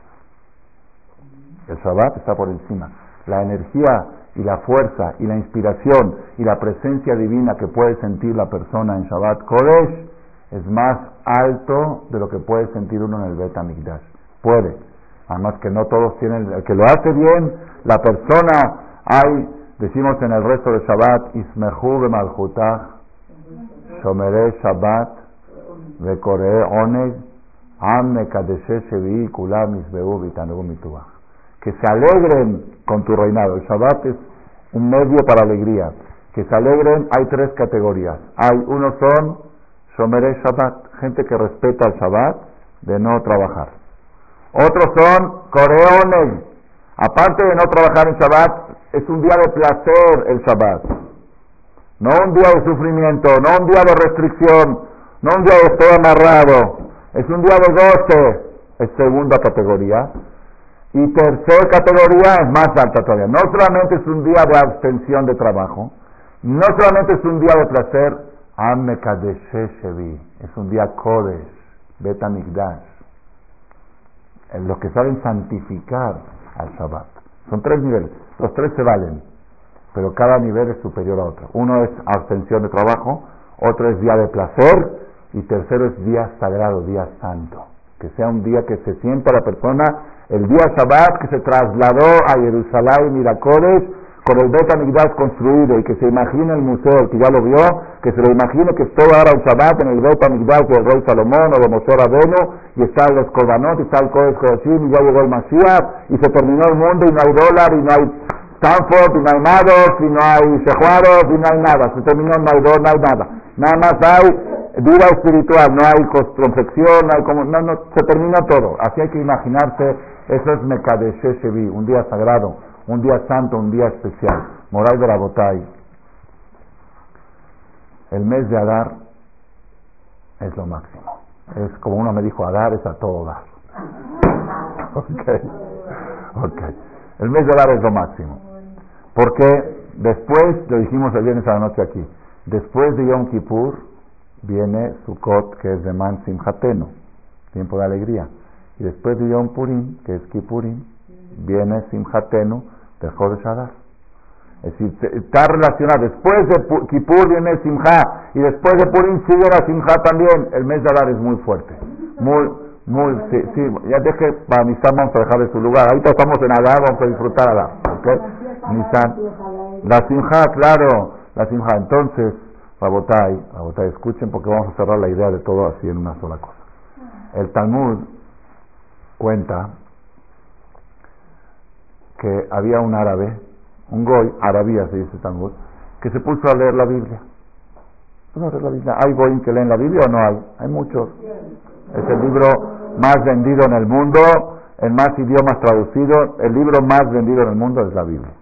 El Shabbat está por encima. La energía y la fuerza y la inspiración y la presencia divina que puede sentir la persona en Shabbat Kodesh es más alto de lo que puede sentir uno en el Bet HaMikdash. Puede. Además que no todos tienen, el que lo hace bien, la persona, hay, decimos en el resto de Shabbat, Ismehu bemalchutach, Shomerei Shabbat, Vekorei Oneg, Am Mekadeshe Shevi, Kulam Isbehu Vitanu Mituach. Que se alegren con tu reinado. El Shabbat es un medio para alegría. Que se alegren, hay tres categorías. Hay, unos son Shomerei Shabbat, gente que respeta el Shabbat de no trabajar. Otros son Koreones. Aparte de no trabajar en Shabbat, es un día de placer el Shabbat. No un día de sufrimiento, no un día de restricción, no un día de estoy amarrado. Es un día de goce. Es segunda categoría. Y tercera categoría es más alta todavía. No solamente es un día de abstención de trabajo, no solamente es un día de placer, Am Mekadeshe Shevi. Es un día Kodesh, Bet HaMikdash. En los que saben santificar al Shabbat. Son tres niveles, los tres se valen, pero cada nivel es superior a otro. Uno es abstención de trabajo, otro es día de placer, y tercero es día sagrado, día santo. Que sea un día que se sienta la persona, el día Shabbat que se trasladó a Jerusalén y la Kodesh, con el Bet HaMikdash construido, y que se imagine el museo, el que ya lo vio, que se lo imagine que estoy ahora en Shabbat en el Bet HaMikdash del rey Salomón o de Moshe Rabbeinu, y está el Korbanot, y está el Kodesh Kodashim, y ya llegó el Mashiach, y se terminó el mundo, y no hay dólar, y no hay Stanford, y no hay Mados, y no hay Shehuaros, y no hay nada, se terminó, no hay dólar, no hay nada. Nada más hay vida espiritual, no hay confección, no hay como, no, no, se terminó todo. Así hay que imaginarse, eso es Mekadeshe Shevi, un día sagrado, un día santo, un día especial. Moray de Rabotay. El mes de Adar es lo máximo. Es como uno me dijo, Adar es a todo dar. Ok, ok. El mes de Adar es lo máximo. Porque después, lo dijimos el viernes a la noche aquí, después de Yom Kippur viene Sukkot, que es de Man Simchatenu, tiempo de alegría. Y después de Yom Purim, que es Kippurim, viene Simchatenu de Chodesh Adar. Es decir, está relacionado. Después de Kippur viene Simcha, y después de Purim sigue la Simcha también. El mes de Adar es muy fuerte. Muy, muy, sí, sí. Ya deje, para Nisan vamos a dejar de su lugar. Ahorita estamos en Adar, vamos a disfrutar Adar. ¿Okay? Nisan. La Simcha, claro, la Simcha. Entonces, Rabotay, Rabotay, escuchen porque vamos a cerrar la idea de todo así en una sola cosa. El Talmud cuenta que había un árabe, un goy, arabía se dice Talmud, que se puso a leer la Biblia. ¿Puso a leer la Biblia? ¿Hay goyim que leen la Biblia o no hay? Hay muchos. Es el libro más vendido en el mundo, en más idiomas traducido. El libro más vendido en el mundo es la Biblia.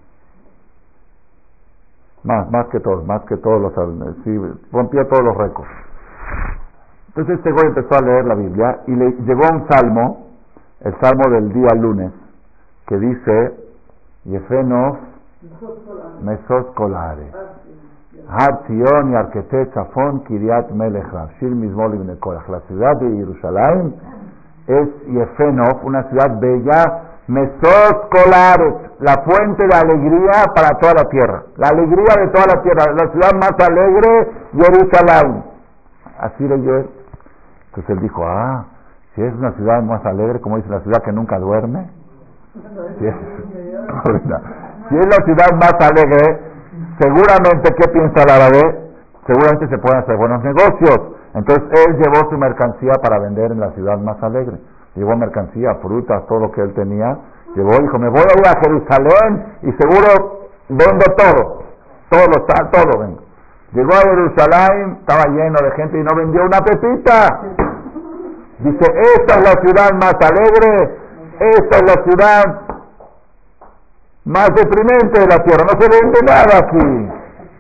Más, más que todos, más que todos los, sí, rompió todos los récords. Entonces este goy empezó a leer la Biblia y le llegó un salmo, el salmo del día lunes, que dice, Yefenov Mesos Kolare, Har Zion y Arquete Chafon Kiriat Melech Rav, Shir Mizmor Ibn Korach. La ciudad de Jerusalén es Yefenov, una ciudad bella, Mesos Kolares, la fuente de alegría para toda la tierra, la alegría de toda la tierra, la ciudad más alegre, Jerusalén. Así leyó él. Entonces él dijo, ah, si es una ciudad más alegre, como dice la ciudad que nunca duerme, si es, si es la ciudad más alegre, seguramente, ¿qué piensa el árabe? Seguramente se pueden hacer buenos negocios. Entonces él llevó su mercancía para vender en la ciudad más alegre. Llevó mercancía, frutas, todo lo que él tenía. Llevó y dijo, me voy a ir a Jerusalén y seguro vendo todo. Todo, todo, todo vendo. Llegó a Jerusalén, estaba lleno de gente y no vendió una pepita. Dice, esta es la ciudad más alegre, esta es la ciudad más deprimente de la tierra, no se vende nada aquí.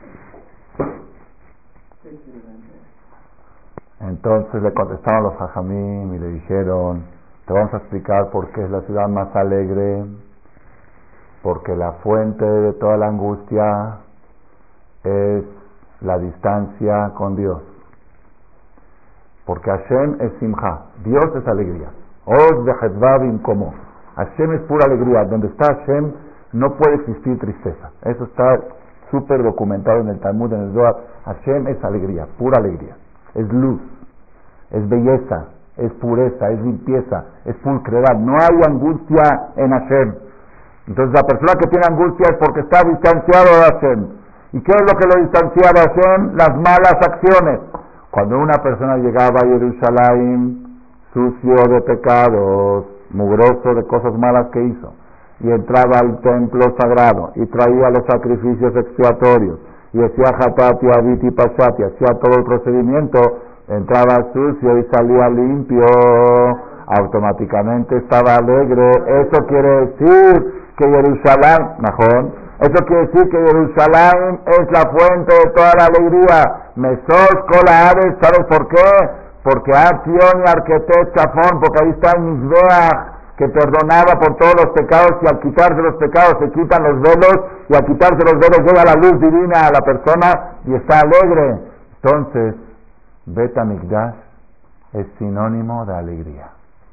Entonces le contestaron los hajamim y le dijeron, te vamos a explicar por qué es la ciudad más alegre, porque la fuente de toda la angustia es la distancia con Dios. Porque Hashem es simcha, Dios es alegría. Oz de Hedvavim como. Hashem es pura alegría. Donde está Hashem no puede existir tristeza. Eso está súper documentado en el Talmud, en el Zohar. Hashem es alegría, pura alegría. Es luz, es belleza, es pureza, es limpieza, es pulcredad. No hay angustia en Hashem. Entonces la persona que tiene angustia es porque está distanciado de Hashem. ¿Y qué es lo que lo distancia de Hashem? Las malas acciones. Cuando una persona llegaba a Jerusalén sucio de pecados, mugroso de cosas malas que hizo, y entraba al templo sagrado y traía los sacrificios expiatorios y decía Hatati, Aviti, Pasati, hacía todo el procedimiento, entraba sucio y salía limpio, automáticamente estaba alegre. Eso quiere decir que Jerusalén, Najón, eso quiere decir que Jerusalén es la fuente de toda la alegría. Mesos Kolares, ¿sabes por qué? Porque Acción y Arquetet Chafón, porque ahí está el Mizbeach, que perdonaba por todos los pecados, y al quitarse los pecados se quitan los velos, y al quitarse los velos llega la luz divina a la persona y está alegre. Entonces, Bet HaMikdash es sinónimo de alegría.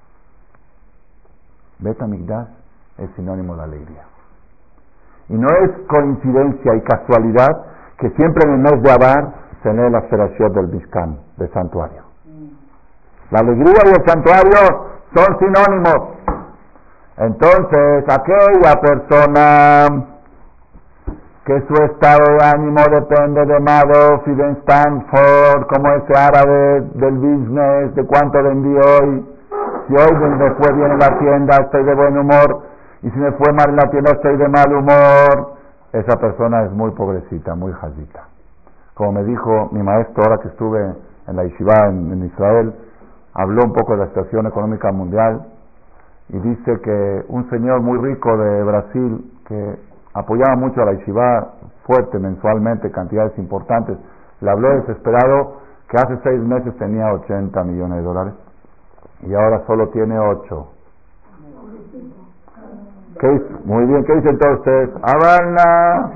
Bet HaMikdash es sinónimo de alegría. Y no es coincidencia y casualidad que siempre en el mes de Adar se lee la Serashiot del Mishkan, del santuario. La alegría y el santuario son sinónimos. Entonces, aquella persona que su estado de ánimo depende de Madoff y de Stanford, como ese árabe del business, de cuánto vendí hoy, si hoy me fue bien en la tienda estoy de buen humor, y si me fue mal en la tienda estoy de mal humor, esa persona es muy pobrecita, muy jazita. como me dijo mi maestro ahora que estuve en la yeshiva en, en Israel, habló un poco de la situación económica mundial y dice que un señor muy rico de Brasil que apoyaba mucho a la yeshiva fuerte mensualmente, cantidades importantes, le habló desesperado que hace seis meses tenía ochenta millones de dólares y ahora solo tiene ocho. ¿Qué dice? Muy bien, ¿qué dicen todos ustedes? ¡Habana!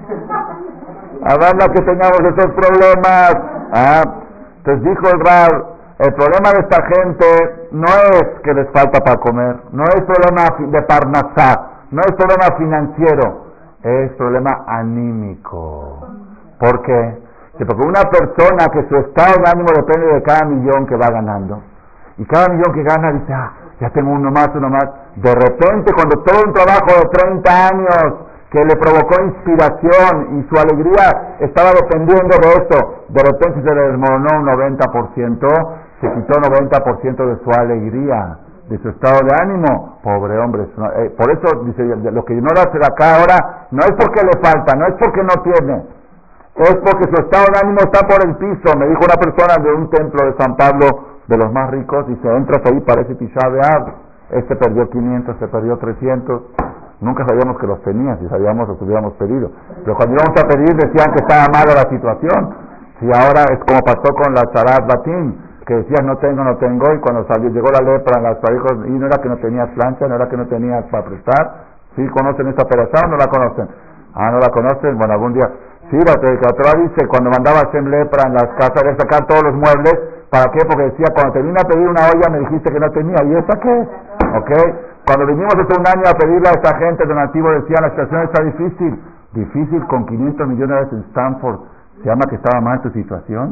¡Habana que tengamos esos problemas! ¿Ah? Entonces dijo el Rab, el problema de esta gente no es que les falta para comer, no es problema de parnasá, no es problema financiero, es problema anímico. ¿Por qué? Porque una persona que su estado de ánimo depende de cada millón que va ganando, y cada millón que gana dice, ah, ya tengo uno más, uno más. De repente, cuando todo un trabajo de treinta años que le provocó inspiración y su alegría estaba dependiendo de esto, de repente se le desmoronó un noventa por ciento, se quitó noventa por ciento de su alegría, de su estado de ánimo. Pobre hombre, eh, por eso dice, lo que no lo hace de acá ahora, no es porque le falta, no es porque no tiene, es porque su estado de ánimo está por el piso. Me dijo una persona de un templo de San Pablo, de los más ricos, dice, entras ahí, parece Tisha B'Av, este perdió quinientos, se perdió trescientos, nunca sabíamos que los tenía, si sabíamos los hubiéramos pedido, pero cuando íbamos a pedir decían que estaba mala la situación. Si ahora es como pasó con la Charat Batim, que decían no tengo, no tengo, y cuando salió, llegó la lepra en las parejas, y no era que no tenías plancha, no era que no tenías para prestar. ¿Sí conocen esta operación o no la conocen? Ah, ¿no la conocen? Bueno, algún día. Sí, la Torah dice, cuando mandaba a hacer lepra en las casas, de sacar todos los muebles. ¿Para qué? Porque decía, cuando te vine a pedir una olla me dijiste que no tenía, ¿y esta qué? ¿Ok? Cuando vinimos hace un año a pedirle a esta gente donativo, decían, la situación está difícil. Difícil con quinientos millones en Stanford. ¿Se llama que estaba mal tu situación?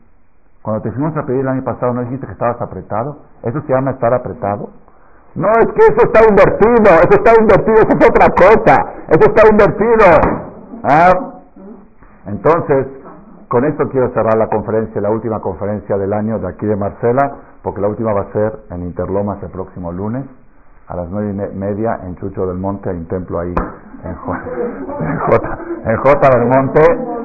Cuando te fuimos a pedir el año pasado, ¿no dijiste que estabas apretado? ¿Eso se llama estar apretado? No, es que eso está invertido, eso está invertido, eso es otra cosa, eso está invertido. ¿Ah? Entonces, con esto quiero cerrar la conferencia, la última conferencia del año de aquí de Marcela, porque la última va a ser en Interlomas el próximo lunes, a las nueve y media, en Chucho del Monte, hay un templo ahí, en J, en J, en J del Monte,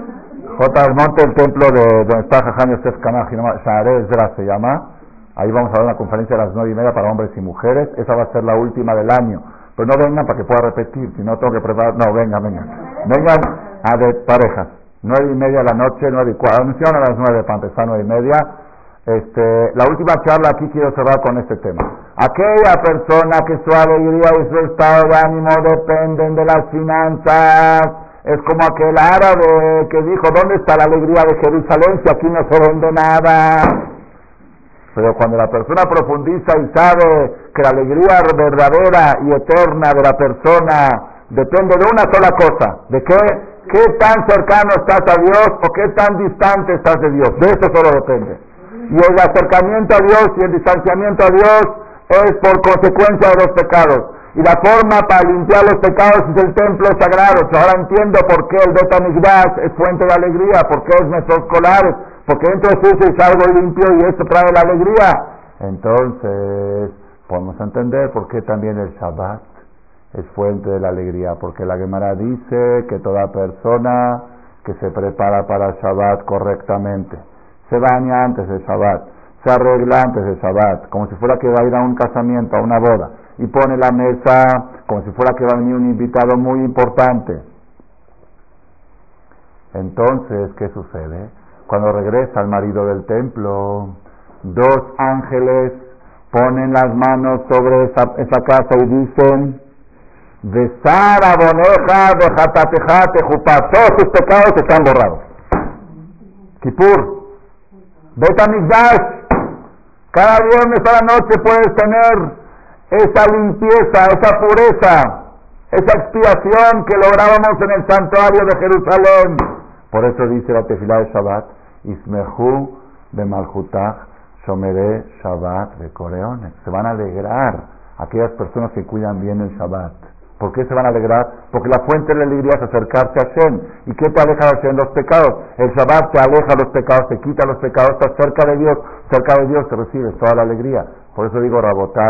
J del Monte, el templo de donde está Jajam Yosef Kanaj, Shaarei Ezra se llama. Ahí vamos a dar una conferencia a las nueve y media para hombres y mujeres, esa va a ser la última del año, pero no vengan para que pueda repetir, si no tengo que preparar, no, vengan, vengan, vengan a de parejas. Nueve y media de la noche, nueve y cuatro, anunciaron a las nueve para empezar nueve y media. Este, la última charla aquí quiero cerrar con este tema. Aquella persona que su alegría y su estado de ánimo dependen de las finanzas, es como aquel árabe que dijo, ¿dónde está la alegría de Jerusalén si aquí no se vende nada? Pero cuando la persona profundiza y sabe que la alegría verdadera y eterna de la persona depende de una sola cosa, ¿de qué? ¿Qué tan cercano estás a Dios o qué tan distante estás de Dios? De eso solo depende. Y el acercamiento a Dios y el distanciamiento a Dios es por consecuencia de los pecados. Y la forma para limpiar los pecados es el templo sagrado. Yo ahora entiendo por qué el Bet HaMikdash es fuente de alegría, por qué es nuestros colares, porque entro sucio y salgo limpio y esto trae la alegría. Entonces, podemos entender por qué también el Shabbat es fuente de la alegría, porque la Gemara dice que toda persona que se prepara para el Shabbat correctamente, se baña antes del Shabbat, se arregla antes del Shabbat, como si fuera que va a ir a un casamiento, a una boda, y pone la mesa como si fuera que va a venir un invitado muy importante. Entonces, ¿qué sucede? Cuando regresa el marido del templo, dos ángeles ponen las manos sobre esa, esa casa y dicen, de Sara Boneja, de Jatateja, Tejupá, todos sus pecados están borrados. Kipur, Bet HaMikdash, cada viernes a la noche puedes tener esa limpieza, esa pureza, esa expiación que lográbamos en el santuario de Jerusalén. Por eso dice la tefilá de Shabbat, Ismehu de Malchutach, Shomeré Shabbat de Coreones. Se van a alegrar aquellas personas que cuidan bien el Shabbat. ¿Por qué se van a alegrar? Porque la fuente de la alegría es acercarse a Hashem. ¿Y qué te aleja de Hashem? Los pecados. El Shabbat te aleja los pecados, te quita los pecados, estás cerca de Dios. Cerca de Dios te recibes toda la alegría. Por eso digo, Rabotai,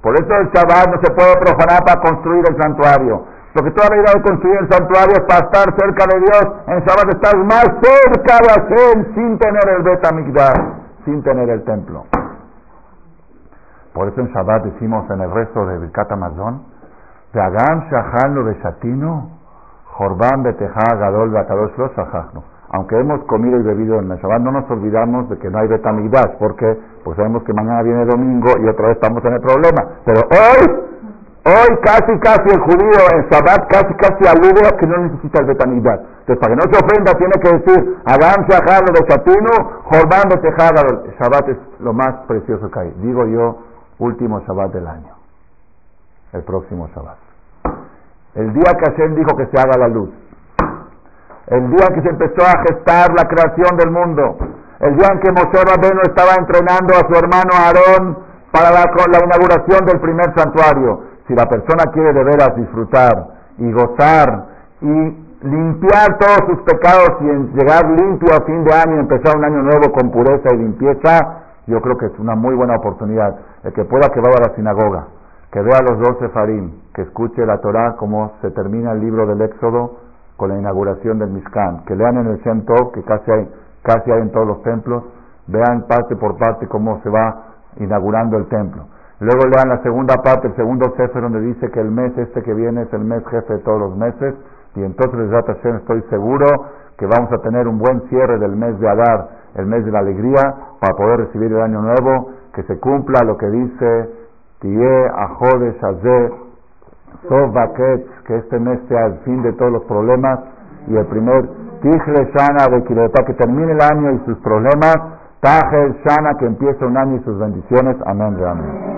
Por eso el Shabbat no se puede profanar para construir el santuario. Porque toda la idea de construir el santuario es para estar cerca de Dios. En Shabbat estás más cerca de Hashem sin tener el Bet HaMikdash, sin tener el templo. Por eso en Shabbat decimos en el resto de Birkat Hamazon, Ve'agam shachan lo beshatino, Jorban beteja gadol be'akadosh lo shachachnu. Aunque hemos comido y bebido en el Shabbat, no nos olvidamos de que no hay Bet HaMikdash. ¿Por qué? Pues sabemos que mañana viene domingo y otra vez estamos en el problema. Pero hoy... Hoy casi casi el judío en Shabbat casi casi alude a que no necesita el Bet HaMikdash. Entonces para que no se ofenda tiene que decir Agam Shachar lo Beshatinu, Jorban Betejá. Shabbat es lo más precioso que hay. Digo yo, último Shabbat del año. El próximo Shabbat. El día que Hashem dijo que se haga la luz. El día que se empezó a gestar la creación del mundo. El día en que Moshe Rabbeinu estaba entrenando a su hermano Aarón para la, la inauguración del primer santuario. Si la persona quiere de veras disfrutar y gozar y limpiar todos sus pecados y llegar limpio a fin de año y empezar un año nuevo con pureza y limpieza, yo creo que es una muy buena oportunidad. El que pueda que vaya a la sinagoga, que vea los dos sefarim, que escuche la Torah como se termina el libro del Éxodo con la inauguración del Mishkan, que lean en el Shem Tov, que casi hay, casi hay en todos los templos, vean parte por parte cómo se va inaugurando el templo. Luego lean la segunda parte, el segundo Sefer, donde dice que el mes este que viene es el mes jefe de todos los meses, y entonces estoy seguro que vamos a tener un buen cierre del mes de Adar, el mes de la alegría, para poder recibir el año nuevo, que se cumpla lo que dice Tiye Ajode Shazeh Sov Baketz, que este mes sea el fin de todos los problemas, y el primer Tijre Shana de Kilotá, que termine el año y sus problemas, Tajel Shana, que empiece un año y sus bendiciones. Amén, amén.